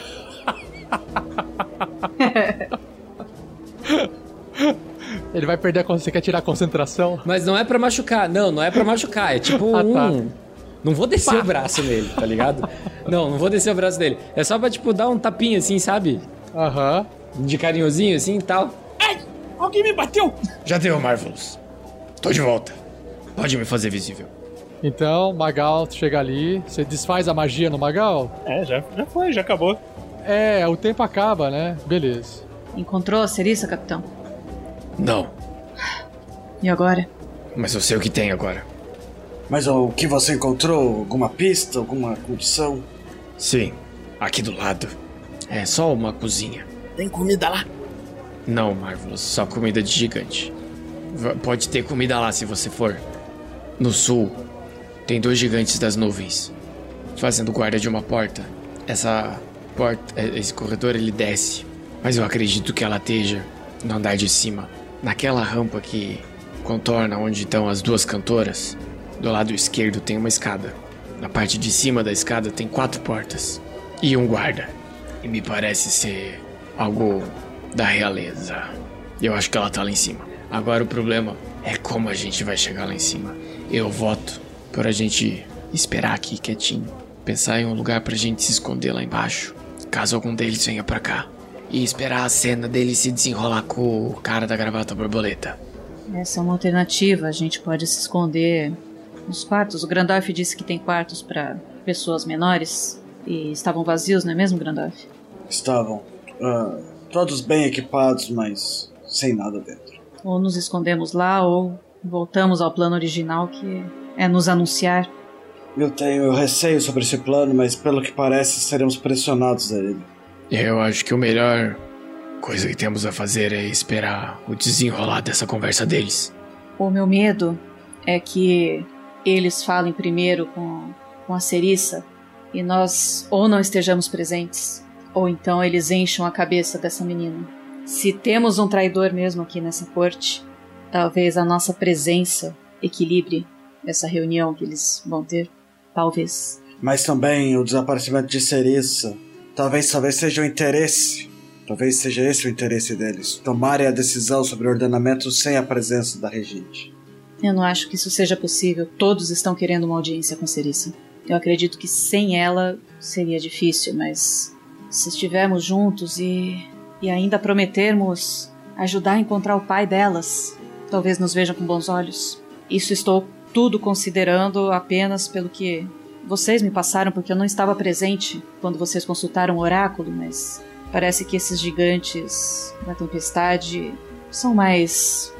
Ele vai perder a concentração. Você quer tirar a concentração? Mas não é pra machucar. Não, não é pra machucar. É tipo ah, tá. um... Não vou descer Pá. o braço nele, tá ligado? Não, não vou descer o braço dele. É só pra, tipo, dar um tapinha assim, sabe? Aham. Uhum. De carinhozinho assim e tal. Ai! Alguém me bateu! Já deu, Marvelous. Tô de volta. Pode me fazer visível. Então, Magal chega ali. Você desfaz a magia no Magal? É, já, já foi, já acabou. É, o tempo acaba, né? Beleza. Encontrou a Cerissa, capitão? Não. E agora? Mas eu sei o que tem agora. Mas o que você encontrou? Alguma pista? Alguma condição? Sim, aqui do lado. É só uma cozinha. Tem comida lá? Não, Marvelous, só comida de gigante. V- pode ter comida lá se você for. No sul, tem dois gigantes das nuvens, fazendo guarda de uma porta. Essa porta, esse corredor, ele desce. Mas eu acredito que ela esteja no andar de cima. Naquela rampa que contorna onde estão as duas cantoras. Do lado esquerdo tem uma escada. Na parte de cima da escada tem quatro portas. E um guarda. E me parece ser algo da realeza. Eu acho que ela tá lá em cima. Agora o problema é como a gente vai chegar lá em cima. Eu voto por a gente esperar aqui quietinho. Pensar em um lugar pra gente se esconder lá embaixo. Caso algum deles venha pra cá. E esperar a cena dele se desenrolar com o cara da gravata borboleta. Essa é uma alternativa. A gente pode se esconder nos quartos. O Grandorf disse que tem quartos para pessoas menores e estavam vazios, não é mesmo, Grandorf? Estavam. Uh, todos bem equipados, mas sem nada dentro. Ou nos escondemos lá, ou voltamos ao plano original, que é nos anunciar. Eu tenho receio sobre esse plano, mas pelo que parece seremos pressionados a ele. Eu acho que a melhor coisa que temos a fazer é esperar o desenrolar dessa conversa deles. O meu medo é que eles falem primeiro com, com a Cerissa e nós ou não estejamos presentes, ou então eles enchem a cabeça dessa menina. Se temos um traidor mesmo aqui nessa corte, talvez a nossa presença equilibre essa reunião que eles vão ter. Talvez. Mas também o desaparecimento de Serissa. Talvez, talvez seja o interesse. Talvez seja esse o interesse deles. Tomarem a decisão sobre o ordenamento sem a presença da regente. Eu não acho que isso seja possível. Todos estão querendo uma audiência com Serissa. Eu acredito que sem ela seria difícil, mas se estivermos juntos e, e ainda prometermos ajudar a encontrar o pai delas, talvez nos vejam com bons olhos. Isso estou tudo considerando apenas pelo que vocês me passaram, porque eu não estava presente quando vocês consultaram o oráculo, mas parece que esses gigantes da tempestade são mais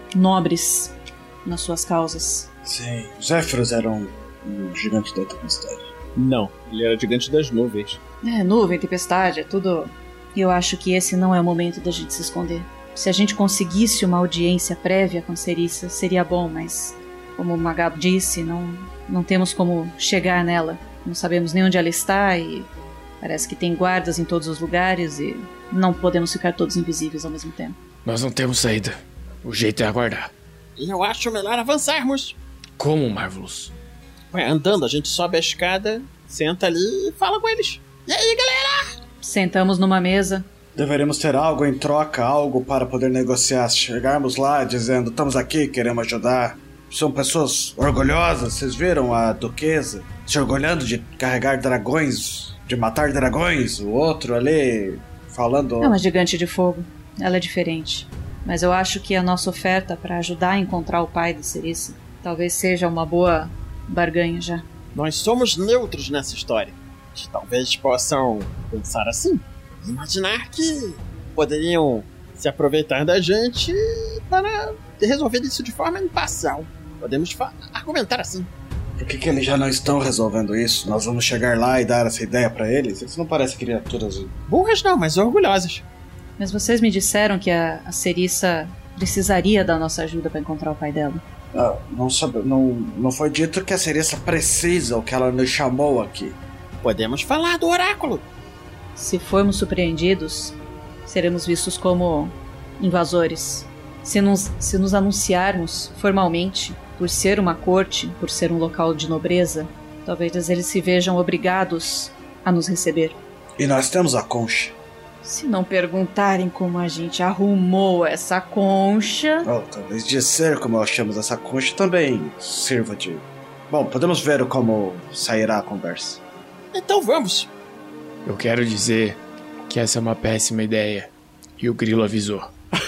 nobres nas suas causas. Sim, Zéfiros era um, um gigante da tempestade. Não, ele era gigante das nuvens. É, nuvem, tempestade, é tudo... Eu acho que esse não é o momento da gente se esconder. Se a gente conseguisse uma audiência prévia com Serissa, seria bom, mas... Como o Magal disse, não, não temos como chegar nela. Não sabemos nem onde ela está e parece que tem guardas em todos os lugares e não podemos ficar todos invisíveis ao mesmo tempo. Nós não temos saída. O jeito é aguardar. Eu acho melhor avançarmos. Como, Marvelous? Ué, andando, a gente sobe a escada, senta ali e fala com eles. E aí, galera? Sentamos numa mesa. Deveríamos ter algo em troca, algo para poder negociar. Se chegarmos lá dizendo, estamos aqui, queremos ajudar... São pessoas orgulhosas, vocês viram a duquesa se orgulhando de carregar dragões, de matar dragões, o outro ali falando... É uma gigante de fogo, ela é diferente. Mas eu acho que a nossa oferta para ajudar a encontrar o pai de Serissa talvez seja uma boa barganha já. Nós somos neutros nessa história. Eles talvez possam pensar assim, imaginar que poderiam se aproveitar da gente para resolver isso de forma imparcial. Podemos argumentar assim. Por que, que eles já não estão resolvendo isso? Nós vamos chegar lá e dar essa ideia pra eles? Eles não parecem criaturas... burras não, mas orgulhosas. Mas vocês me disseram que a, a Serissa precisaria da nossa ajuda para encontrar o pai dela. Ah, não, sabe, não, não foi dito que a Serissa precisa, o que ela nos chamou aqui. Podemos falar do oráculo. Se formos surpreendidos, seremos vistos como invasores. Se nos, se nos anunciarmos formalmente, por ser uma corte, por ser um local de nobreza, talvez eles se vejam obrigados a nos receber. E nós temos a concha. Se não perguntarem como a gente arrumou essa concha... Oh, talvez dizer como achamos essa concha também sirva de... Bom, podemos ver como sairá a conversa. Então vamos. Eu quero dizer que essa é uma péssima ideia. E o Grilo avisou.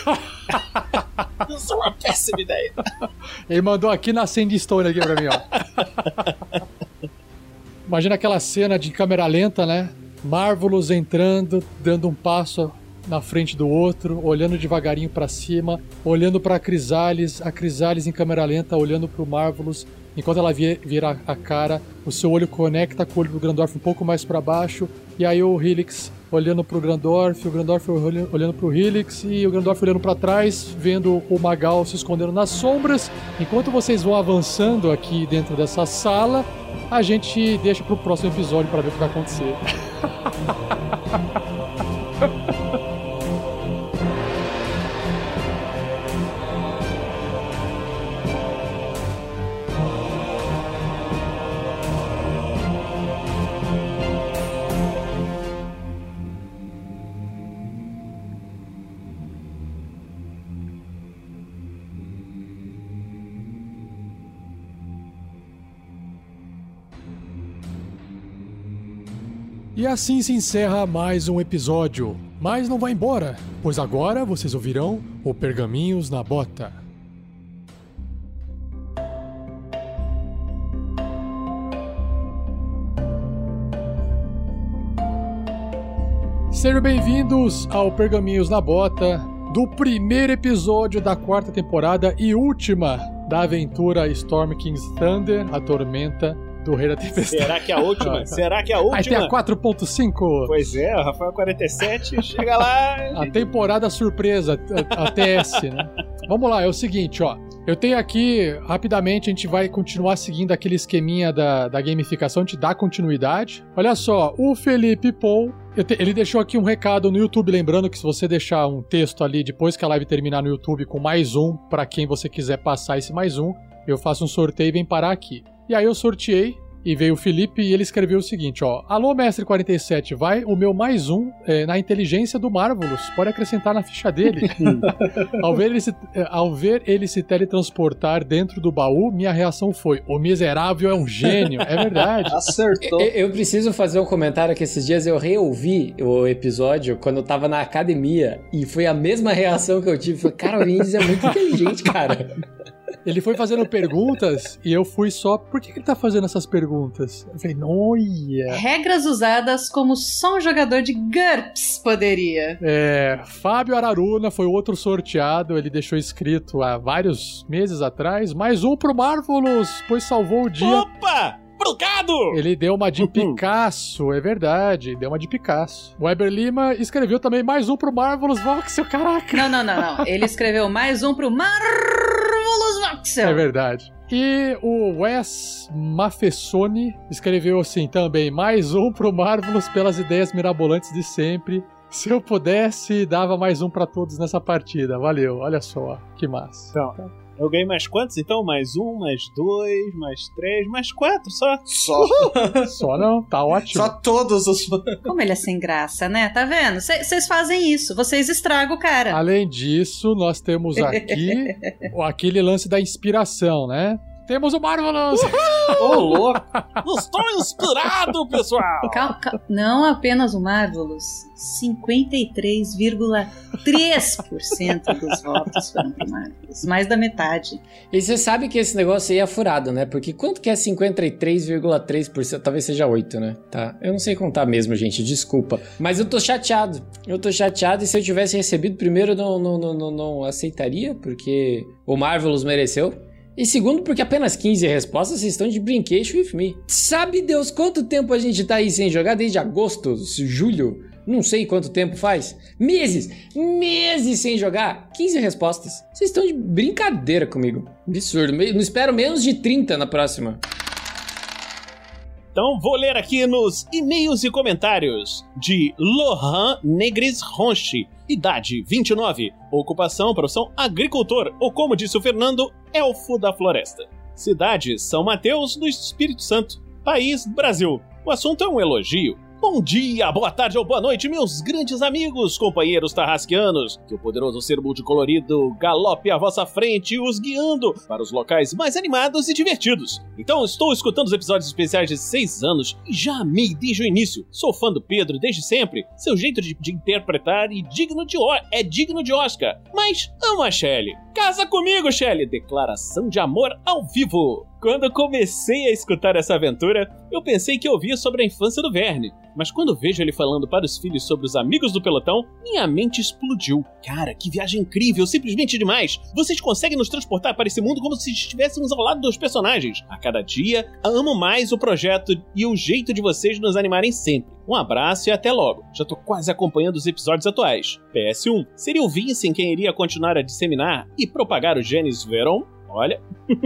Isso é uma péssima ideia. Ele mandou aqui na Sandstone aqui pra mim, ó. Imagina aquela cena de câmera lenta, né? Marvelous entrando, dando um passo na frente do outro, olhando devagarinho pra cima, olhando pra Crisales, a Crisales em câmera lenta, olhando pro Marvelous. Enquanto ela vira a cara, o seu olho conecta com o olho do Grandorf um pouco mais pra baixo, e aí o Helix olhando pro Grandorf, o Grandorf olhando pro Helix, e o Grandorf olhando pra trás, vendo o Magal se escondendo nas sombras. Enquanto vocês vão avançando aqui dentro dessa sala, a gente deixa pro próximo episódio pra ver o que vai acontecer. E assim se encerra mais um episódio. Mas não vai embora, pois agora vocês ouvirão o Pergaminhos na Bota. Sejam bem-vindos ao Pergaminhos na Bota, do primeiro episódio da quarta temporada e última da aventura Storm King's Thunder, a tormenta do Rei da Tempestade. Será que é a última? Será que é a última? Aí tem a quatro ponto cinco. Pois é, o Rafael quarenta e sete, chega lá. A temporada surpresa, a, a T S, né? Vamos lá, é o seguinte, ó. Eu tenho aqui, rapidamente, a gente vai continuar seguindo aquele esqueminha da, da gamificação, te dá continuidade. Olha só, o Felipe Paul, te, ele deixou aqui um recado no YouTube, lembrando que se você deixar um texto ali depois que a live terminar no YouTube com mais um, pra quem você quiser passar esse mais um, eu faço um sorteio e vem parar aqui. E aí eu sorteei, e veio o Felipe e ele escreveu o seguinte, ó. Alô, mestre quarenta e sete, vai o meu mais um é, na inteligência do Marvelous. Pode acrescentar na ficha dele. ao, ver ele se, ao ver ele se teletransportar dentro do baú, minha reação foi, o miserável é um gênio. É verdade. Acertou. Eu, eu preciso fazer um comentário que esses dias eu reouvi o episódio quando eu tava na academia e foi a mesma reação que eu tive. Falei, cara, o Vinícius é muito inteligente, cara. Ele foi fazendo perguntas e eu fui só... Por que ele tá fazendo essas perguntas? Eu falei, olha... Regras usadas como só um jogador de GURPS poderia. É... Fábio Araruna foi o outro sorteado. Ele deixou escrito há vários meses atrás. Mais um pro Marvelous, pois salvou o dia... Opa! Obrigado! Ele deu uma de Picasso, é verdade. Deu uma de Picasso. O Weber Lima escreveu também mais um pro Marvelous Voxel, caraca. Não, não, não, não. Ele escreveu mais um pro Marvelous Voxel. É verdade. E o Wes Mafessoni escreveu assim também, mais um pro Marvelous pelas ideias mirabolantes de sempre. Se eu pudesse, dava mais um pra todos nessa partida. Valeu, olha só, que massa. Então, eu ganhei mais quantos então? Mais um, mais dois, mais três, mais quatro só. Só. Só não, tá ótimo. Só todos os... Como ele é sem graça, né? Tá vendo? Vocês fazem isso, vocês estragam o cara. Além disso, nós temos aqui aquele lance da inspiração, né? Temos o Marvelous! Ô, oh, louco! Estou inspirado, pessoal! Calma, calma. Não apenas o Marvelous. cinquenta e três vírgula três por cento dos votos foram pro Marvelous. Mais da metade. E você sabe que esse negócio aí é furado, né? Porque quanto que é cinquenta e três vírgula três por cento? Talvez seja oito, né? Tá? Eu não sei contar mesmo, gente. Desculpa. Mas eu tô chateado. Eu tô chateado e se eu tivesse recebido primeiro, eu não, não, não, não, não aceitaria, porque o Marvelous mereceu. E segundo, porque apenas quinze respostas, vocês estão de brincation with me. Sabe Deus quanto tempo a gente tá aí sem jogar? Desde agosto, julho, não sei quanto tempo faz. Meses, meses sem jogar. quinze respostas. Vocês estão de brincadeira comigo. Absurdo. Não espero menos de trinta na próxima. Então vou ler aqui nos e-mails e comentários de Lohan Negres Ronchi. Idade vinte e nove. Ocupação, profissão agricultor. Ou como disse o Fernando, elfo da floresta. Cidade São Mateus do Espírito Santo. País Brasil. O assunto é um elogio. Bom dia, boa tarde ou boa noite, meus grandes amigos, companheiros tarrasquianos. Que o poderoso ser multicolorido galope à vossa frente, os guiando para os locais mais animados e divertidos. Então, estou escutando os episódios especiais de seis anos e já amei desde o início. Sou fã do Pedro desde sempre. Seu jeito de, de interpretar e digno de o- é digno de Oscar. Mas amo a Shelley. Casa comigo, Shelley. Declaração de amor ao vivo. Quando comecei a escutar essa aventura, eu pensei que ouvia sobre a infância do Verne. Mas quando vejo ele falando para os filhos sobre os amigos do pelotão, minha mente explodiu. Cara, que viagem incrível, simplesmente demais. Vocês conseguem nos transportar para esse mundo como se estivéssemos ao lado dos personagens. A cada dia, amo mais o projeto e o jeito de vocês nos animarem sempre. Um abraço e até logo. Já tô quase acompanhando os episódios atuais. P S um. Seria o Vincent quem iria continuar a disseminar e propagar os genes Veron? Olha,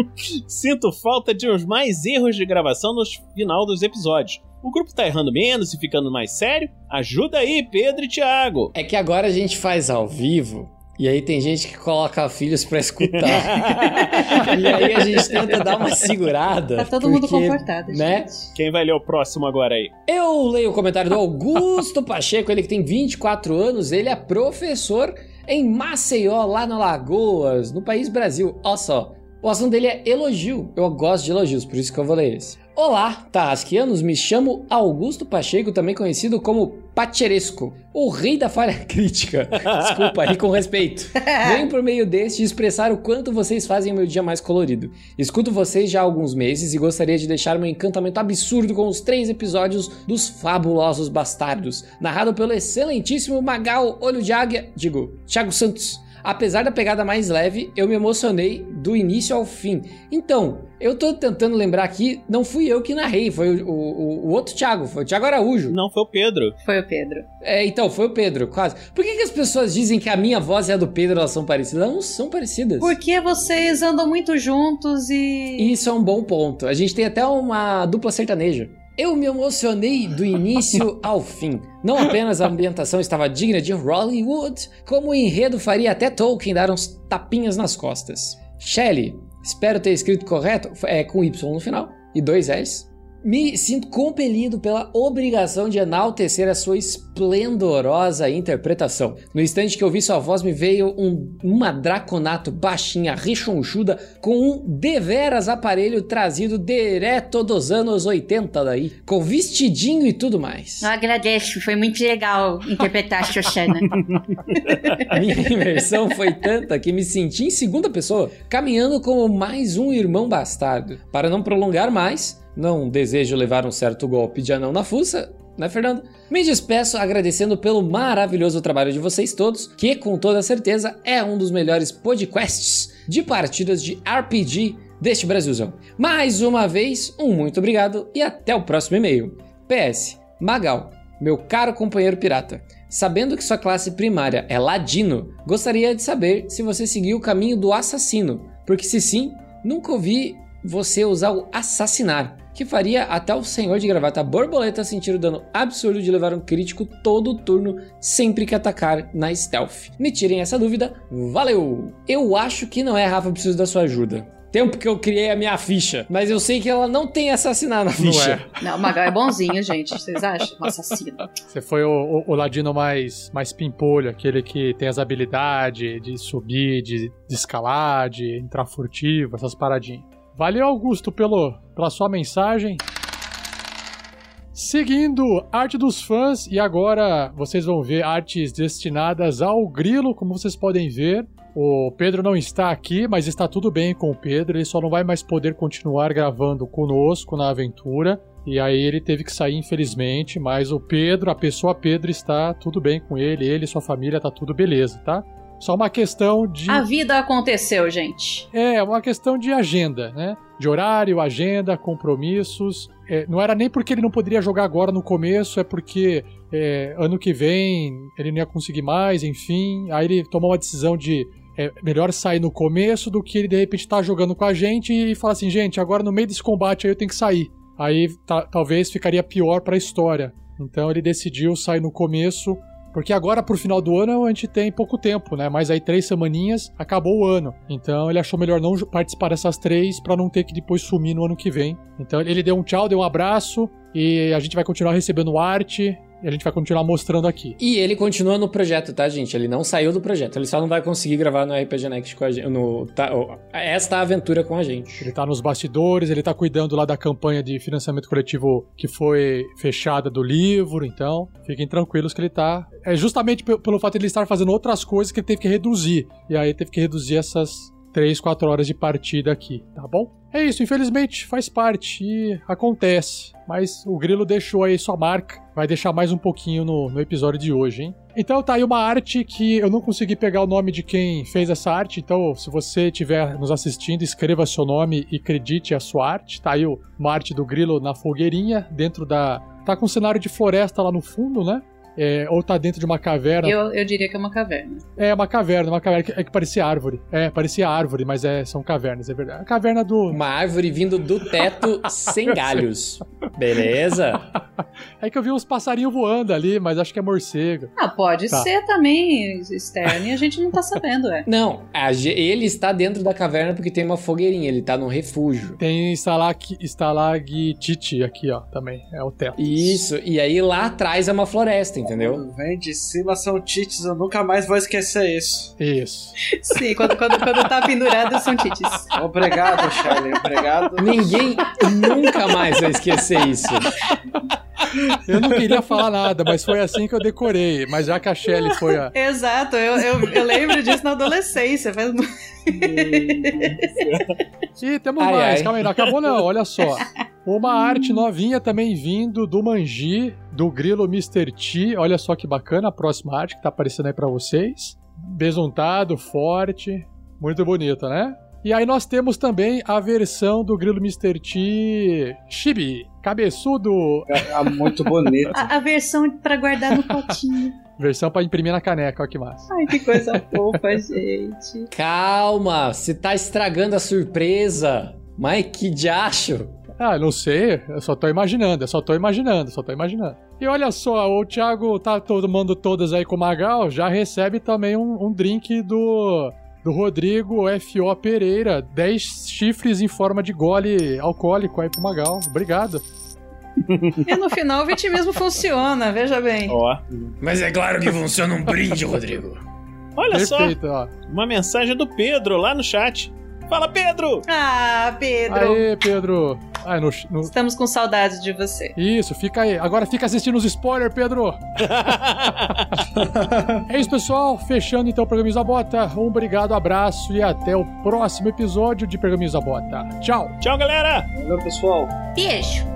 sinto falta de uns mais erros de gravação no final dos episódios. O grupo tá errando menos e ficando mais sério? Ajuda aí, Pedro e Thiago. É que agora a gente faz ao vivo e aí tem gente que coloca filhos pra escutar. E aí a gente tenta dar uma segurada. Tá todo porque, mundo confortado, né? gente. Quem vai ler o próximo agora aí? Eu leio o comentário do Augusto Pacheco, ele que tem vinte e quatro anos, ele é professor em Maceió, lá no Alagoas, no país Brasil. Olha só, o assunto dele é elogio. Eu gosto de elogios, por isso que eu vou ler esse. Olá, tarrasquianos, me chamo Augusto Pacheco, também conhecido como Pacheresco, o rei da falha crítica. Desculpa, ri com respeito. Venho por meio deste expressar o quanto vocês fazem o meu dia mais colorido. Escuto vocês já há alguns meses e gostaria de deixar meu encantamento absurdo com os três episódios dos Fabulosos Bastardos, narrado pelo excelentíssimo Magal Olho de Águia, digo, Thiago Santos. Apesar da pegada mais leve, eu me emocionei do início ao fim. Então, eu tô tentando lembrar aqui, não fui eu que narrei, foi o, o, o outro Thiago, foi o Thiago Araújo. Não, foi o Pedro. Foi o Pedro. É, então, foi o Pedro, quase. Por que, que as pessoas dizem que a minha voz e a do Pedro, elas são parecidas? Elas não são parecidas. Porque vocês andam muito juntos e... Isso é um bom ponto. A gente tem até uma dupla sertaneja. Eu me emocionei do início ao fim. Não apenas a ambientação estava digna de Hollywood, como o enredo faria até Tolkien dar uns tapinhas nas costas. Shelley, espero ter escrito correto, é com Y no final, e dois L's. Me sinto compelido pela obrigação de enaltecer a sua esplendorosa interpretação. No instante que eu vi sua voz, me veio um, uma Draconato baixinha, rechonchuda, com um deveras aparelho trazido direto dos anos oitenta daí, com vestidinho e tudo mais. Eu agradeço, foi muito legal interpretar a Xoxana. Minha imersão foi tanta que me senti em segunda pessoa, caminhando como mais um irmão bastardo. Para não prolongar mais... Não desejo levar um certo golpe de anão na fuça, né, Fernando? Me despeço agradecendo pelo maravilhoso trabalho de vocês todos, que com toda certeza é um dos melhores podcasts de partidas de R P G deste Brasilzão. Mais uma vez, um muito obrigado e até o próximo e-mail. P S. Magal, meu caro companheiro pirata, sabendo que sua classe primária é ladino, gostaria de saber se você seguiu o caminho do assassino, porque se sim, nunca ouvi você usar o assassinar, que faria até o senhor de gravata borboleta sentir o dano absurdo de levar um crítico todo turno sempre que atacar na stealth. Me tirem essa dúvida, valeu! Eu acho que não é, Rafa, eu preciso da sua ajuda. Tempo que eu criei a minha ficha, mas eu sei que ela não tem assassinar na ficha. Não, é. Não, o Magal é bonzinho, gente, vocês acham? Um assassino. Você foi o, o, o ladino mais, mais pimpolho, aquele que tem as habilidades de subir, de, de escalar, de entrar furtivo, essas paradinhas. Valeu, Augusto, pelo, pela sua mensagem. Seguindo, arte dos fãs, e agora vocês vão ver artes destinadas ao Grilo, como vocês podem ver. O Pedro não está aqui, mas está tudo bem com o Pedro, ele só não vai mais poder continuar gravando conosco na aventura. E aí ele teve que sair, infelizmente, mas o Pedro, a pessoa Pedro, está tudo bem com ele, ele e sua família, tá tudo beleza, tá? Só uma questão de... A vida aconteceu, gente. É, uma questão de agenda, né? De horário, agenda, compromissos. É, não era nem porque ele não poderia jogar agora no começo, é porque é, ano que vem ele não ia conseguir mais, enfim. Aí ele tomou uma decisão de é melhor sair no começo do que ele de repente estar tá jogando com a gente e falar assim, gente, agora no meio desse combate aí eu tenho que sair. Aí tá, talvez ficaria pior pra história. Então ele decidiu sair no começo... Porque agora, pro final do ano, a gente tem pouco tempo, né? Mas aí três semaninhas, acabou o ano. Então ele achou melhor não participar dessas três pra não ter que depois sumir no ano que vem. Então ele deu um tchau, deu um abraço e a gente vai continuar recebendo arte e a gente vai continuar mostrando aqui. E ele continua no projeto, tá, gente? Ele não saiu do projeto. Ele só não vai conseguir gravar no R P G Next com a gente. No, tá, esta aventura com a gente. Ele tá nos bastidores, ele tá cuidando lá da campanha de financiamento coletivo que foi fechada do livro, então fiquem tranquilos que ele tá... É justamente pelo fato de ele estar fazendo outras coisas que ele teve que reduzir. E aí teve que reduzir essas três, quatro horas de partida aqui, tá bom? É isso, infelizmente faz parte e acontece. Mas o Grilo deixou aí sua marca. Vai deixar mais um pouquinho no, no episódio de hoje, hein? Então tá aí uma arte que eu não consegui pegar o nome de quem fez essa arte. Então, se você estiver nos assistindo, escreva seu nome e acredite a sua arte. Tá aí uma arte do Grilo na fogueirinha, dentro da... Tá com um cenário de floresta lá no fundo, né? É, ou tá dentro de uma caverna. Eu, eu diria que é uma caverna. É, uma caverna, uma caverna que, é que parecia árvore. É, parecia árvore, mas é, são cavernas, é verdade. A caverna do... Uma árvore vindo do teto sem galhos. Beleza? É que eu vi uns passarinhos voando ali, mas acho que é morcego. Ah, pode tá. ser também externo e a gente não tá sabendo, é. Não, a, ele está dentro da caverna porque tem uma fogueirinha, ele tá num refúgio. Tem estalactite aqui, ó, também, é o teto. Isso, e aí lá atrás é uma floresta, entendeu? Quando vem de cima são tites, eu nunca mais vou esquecer isso. Isso. Sim, quando, quando, quando tá pendurado são tites. Obrigado, Charlie, obrigado. Ninguém nunca mais vai esquecer isso. Eu não queria falar nada, mas foi assim que eu decorei. Mas já que a Shelley foi a... Exato, eu, eu, eu lembro disso na adolescência. Faz... Ih, temos ai, mais, ai. calma aí, não acabou não, olha só. Uma arte novinha também vindo do Manji, do Grilo mister T. Olha só que bacana a próxima arte que tá aparecendo aí pra vocês. besuntado, forte, muito bonito, né? E aí nós temos também a versão do Grilo mister T Chibi, cabeçudo. É, é muito bonito. A, a versão pra guardar no potinho. Versão pra imprimir na caneca, olha que massa. Ai, que coisa fofa, gente. Calma, você tá estragando a surpresa. Mas que diacho. Ah, não sei, eu só tô imaginando, eu só tô imaginando, só tô imaginando. E olha só, o Thiago tá tomando todas aí com o Magal, já recebe também um, um drink do... do Rodrigo F O Pereira, dez chifres em forma de gole alcoólico aí pro Magal. Obrigado. E no final o vitimismo funciona, veja bem. Ó. Mas é claro que funciona um brinde, Rodrigo. Olha Perfeito, só, ó. Uma mensagem do Pedro lá no chat. Fala, Pedro! Ah, Pedro. Aê, Pedro. Ai, no, no... Estamos com saudades de você. Isso, fica aí. Agora fica assistindo os spoilers, Pedro. É isso, pessoal. Fechando então o Pergaminhos da Bota. Um obrigado, abraço e até o próximo episódio de Pergaminhos da Bota. Tchau. Tchau, galera. Valeu, pessoal. Beijo.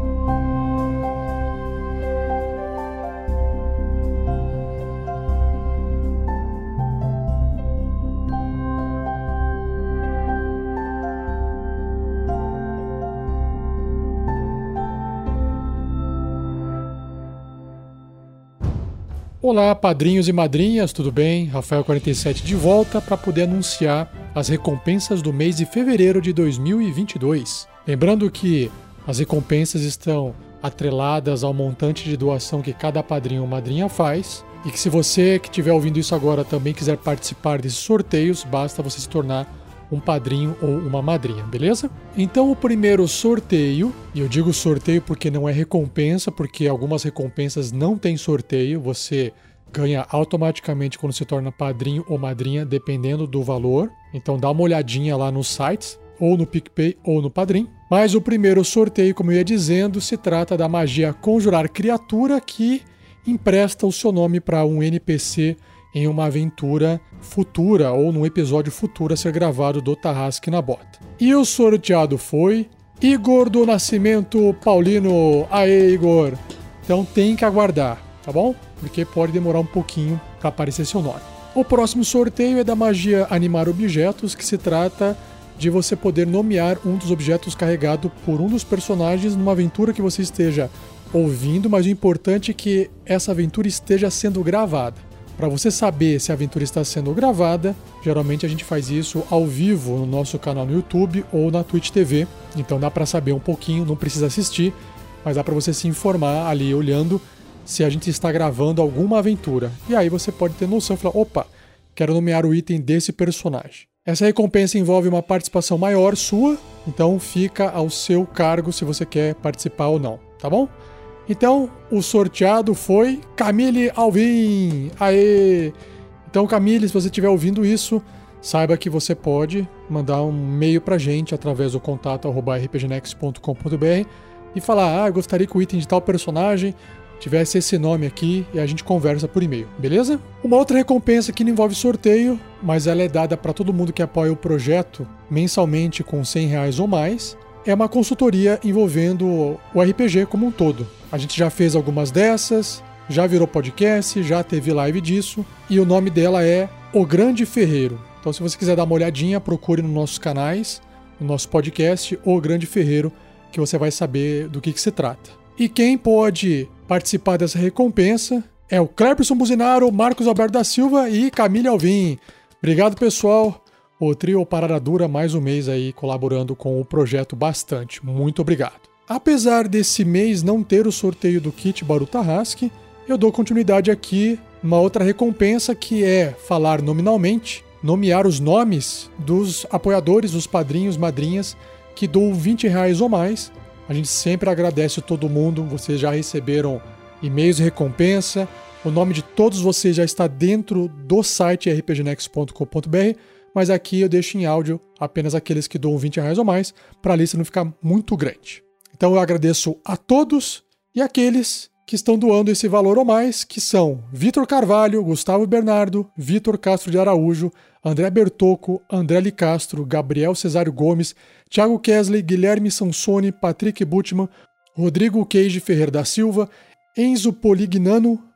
Olá, padrinhos e madrinhas, tudo bem? Rafael quarenta e sete de volta para poder anunciar as recompensas do mês de fevereiro de dois mil e vinte e dois. Lembrando que as recompensas estão atreladas ao montante de doação que cada padrinho ou madrinha faz e que se você que estiver ouvindo isso agora também quiser participar desses sorteios, basta você se tornar um padrinho ou uma madrinha, beleza? Então o primeiro sorteio, e eu digo sorteio porque não é recompensa, porque algumas recompensas não tem sorteio, você ganha automaticamente quando se torna padrinho ou madrinha, dependendo do valor. Então dá uma olhadinha lá nos sites, ou no PicPay ou no Padrim. Mas o primeiro sorteio, como eu ia dizendo, se trata da magia Conjurar Criatura, que empresta o seu nome para um N P C em uma aventura futura ou num episódio futuro a ser gravado do Tarrasque na Bota. E o sorteado foi Igor do Nascimento Paulino. Aê, Igor! Então tem que aguardar, tá bom? Porque pode demorar um pouquinho para aparecer seu nome. O próximo sorteio é da magia Animar Objetos, que se trata de você poder nomear um dos objetos carregado por um dos personagens numa aventura que você esteja ouvindo, mas o importante é que essa aventura esteja sendo gravada. Para você saber se a aventura está sendo gravada, geralmente a gente faz isso ao vivo no nosso canal no YouTube ou na Twitch T V. Então dá para saber um pouquinho, não precisa assistir, mas dá para você se informar ali olhando se a gente está gravando alguma aventura. E aí você pode ter noção e falar, opa, quero nomear o item desse personagem. Essa recompensa envolve uma participação maior sua, então fica ao seu cargo se você quer participar ou não, tá bom? Então, o sorteado foi Camille Alvim. Aê! Então, Camille, se você estiver ouvindo isso, saiba que você pode mandar um e-mail pra gente através do contato arroba r p g next ponto com ponto b r e falar, ah, eu gostaria que o item de tal personagem tivesse esse nome aqui e a gente conversa por e-mail, beleza? Uma outra recompensa que não envolve sorteio, mas ela é dada para todo mundo que apoia o projeto mensalmente com cem reais ou mais, é uma consultoria envolvendo o R P G como um todo. A gente já fez algumas dessas, já virou podcast, já teve live disso, e o nome dela é O Grande Ferreiro. Então se você quiser dar uma olhadinha, procure nos nossos canais, no nosso podcast O Grande Ferreiro, que você vai saber do que, que se trata. E quem pode participar dessa recompensa é o Cleberson Buzinaro, Marcos Alberto da Silva e Camille Alvim. Obrigado, pessoal. O trio Parada Dura mais um mês aí colaborando com o projeto bastante. Muito obrigado. Apesar desse mês não ter o sorteio do kit Baru Tarrasque, eu dou continuidade aqui uma outra recompensa que é falar nominalmente, nomear os nomes dos apoiadores, dos padrinhos, madrinhas que doam vinte reais ou mais. A gente sempre agradece a todo mundo, vocês já receberam e-mails de recompensa, o nome de todos vocês já está dentro do site r p g next ponto com ponto b r, mas aqui eu deixo em áudio apenas aqueles que doam vinte reais ou mais, para a lista não ficar muito grande. Então eu agradeço a todos e aqueles que estão doando esse valor ou mais, que são Vitor Carvalho, Gustavo Bernardo, Vitor Castro de Araújo, André Bertocco, André Li Castro, Gabriel Cesário Gomes, Thiago Kesley, Guilherme Sansoni, Patrick Butman, Rodrigo Queige Ferreira da Silva, Enzo Polignano,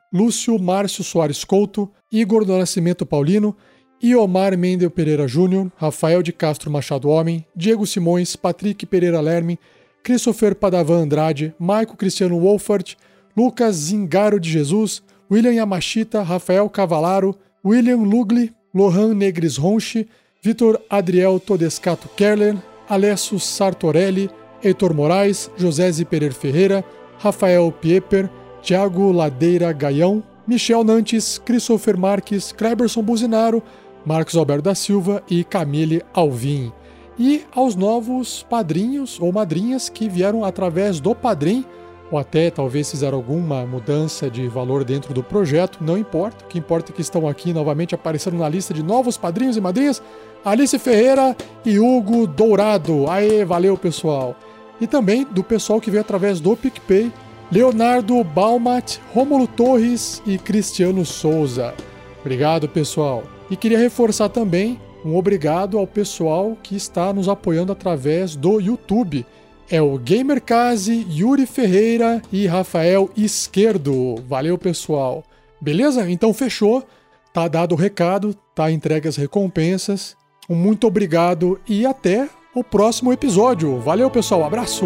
Lúcio Márcio Soares Couto, Igor do Nascimento Paulino, Iomar Mendel Pereira Júnior, Rafael de Castro Machado Homem, Diego Simões, Patrick Pereira Lerme, Christopher Padavan Andrade, Maico Cristiano Wolfert, Lucas Zingaro de Jesus, William Yamashita, Rafael Cavalaro, William Lugli, Lohan Negres Ronchi, Vitor Adriel Todescato Kerler, Alessio Sartorelli, Heitor Moraes, José Pereira Ferreira, Rafael Pieper, Thiago Ladeira Gaião, Michel Nantes, Christopher Marques, Kleberson Buzinaro, Marcos Alberto da Silva e Camille Alvim. E aos novos padrinhos ou madrinhas que vieram através do Padrim, ou até talvez fizeram alguma mudança de valor dentro do projeto, não importa. O que importa é que estão aqui novamente aparecendo na lista de novos padrinhos e madrinhas, Alice Ferreira e Hugo Dourado. Aê, valeu pessoal! E também do pessoal que veio através do PicPay, Leonardo Baumat, Rômulo Torres e Cristiano Souza. Obrigado, pessoal. E queria reforçar também um obrigado ao pessoal que está nos apoiando através do YouTube. É o Gamercase, Yuri Ferreira e Rafael Esquerdo. Valeu, pessoal. Beleza? Então fechou. Tá dado o recado, tá entregue as recompensas. Um muito obrigado e até o próximo episódio. Valeu, pessoal. Abraço!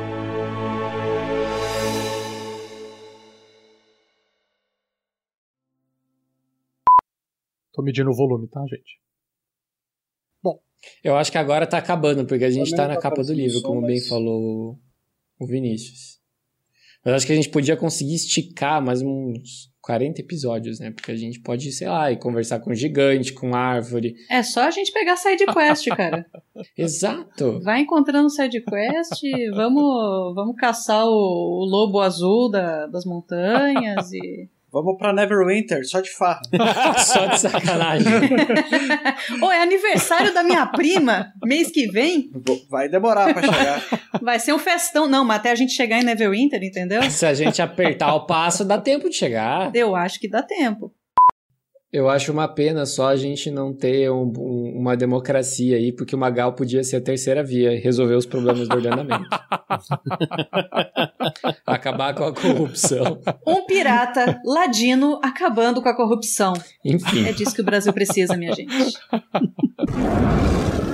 Tô medindo o volume, tá, gente? Bom. Eu acho que agora tá acabando, porque a gente tá na tá capa do livro, som, como mas... bem falou o Vinícius. Mas acho que a gente podia conseguir esticar mais uns quarenta episódios, né? Porque a gente pode, sei lá, ir conversar com gigante, com árvore. É só a gente pegar side quest, cara. Exato. Vai encontrando side quest, vamos, vamos caçar o, o lobo azul da, das montanhas e... Vamos pra Neverwinter, só de farra. Só de sacanagem. Ô, é aniversário da minha prima, mês que vem. Vai demorar pra chegar. Vai ser um festão. Não, mas até a gente chegar em Neverwinter, entendeu? Se a gente apertar o passo, dá tempo de chegar. Eu acho que dá tempo. Eu acho uma pena só a gente não ter um, um, uma democracia aí, porque o Magal podia ser a terceira via e resolver os problemas do ordenamento. Acabar com a corrupção. Um pirata ladino acabando com a corrupção. Enfim. É disso que o Brasil precisa, minha gente.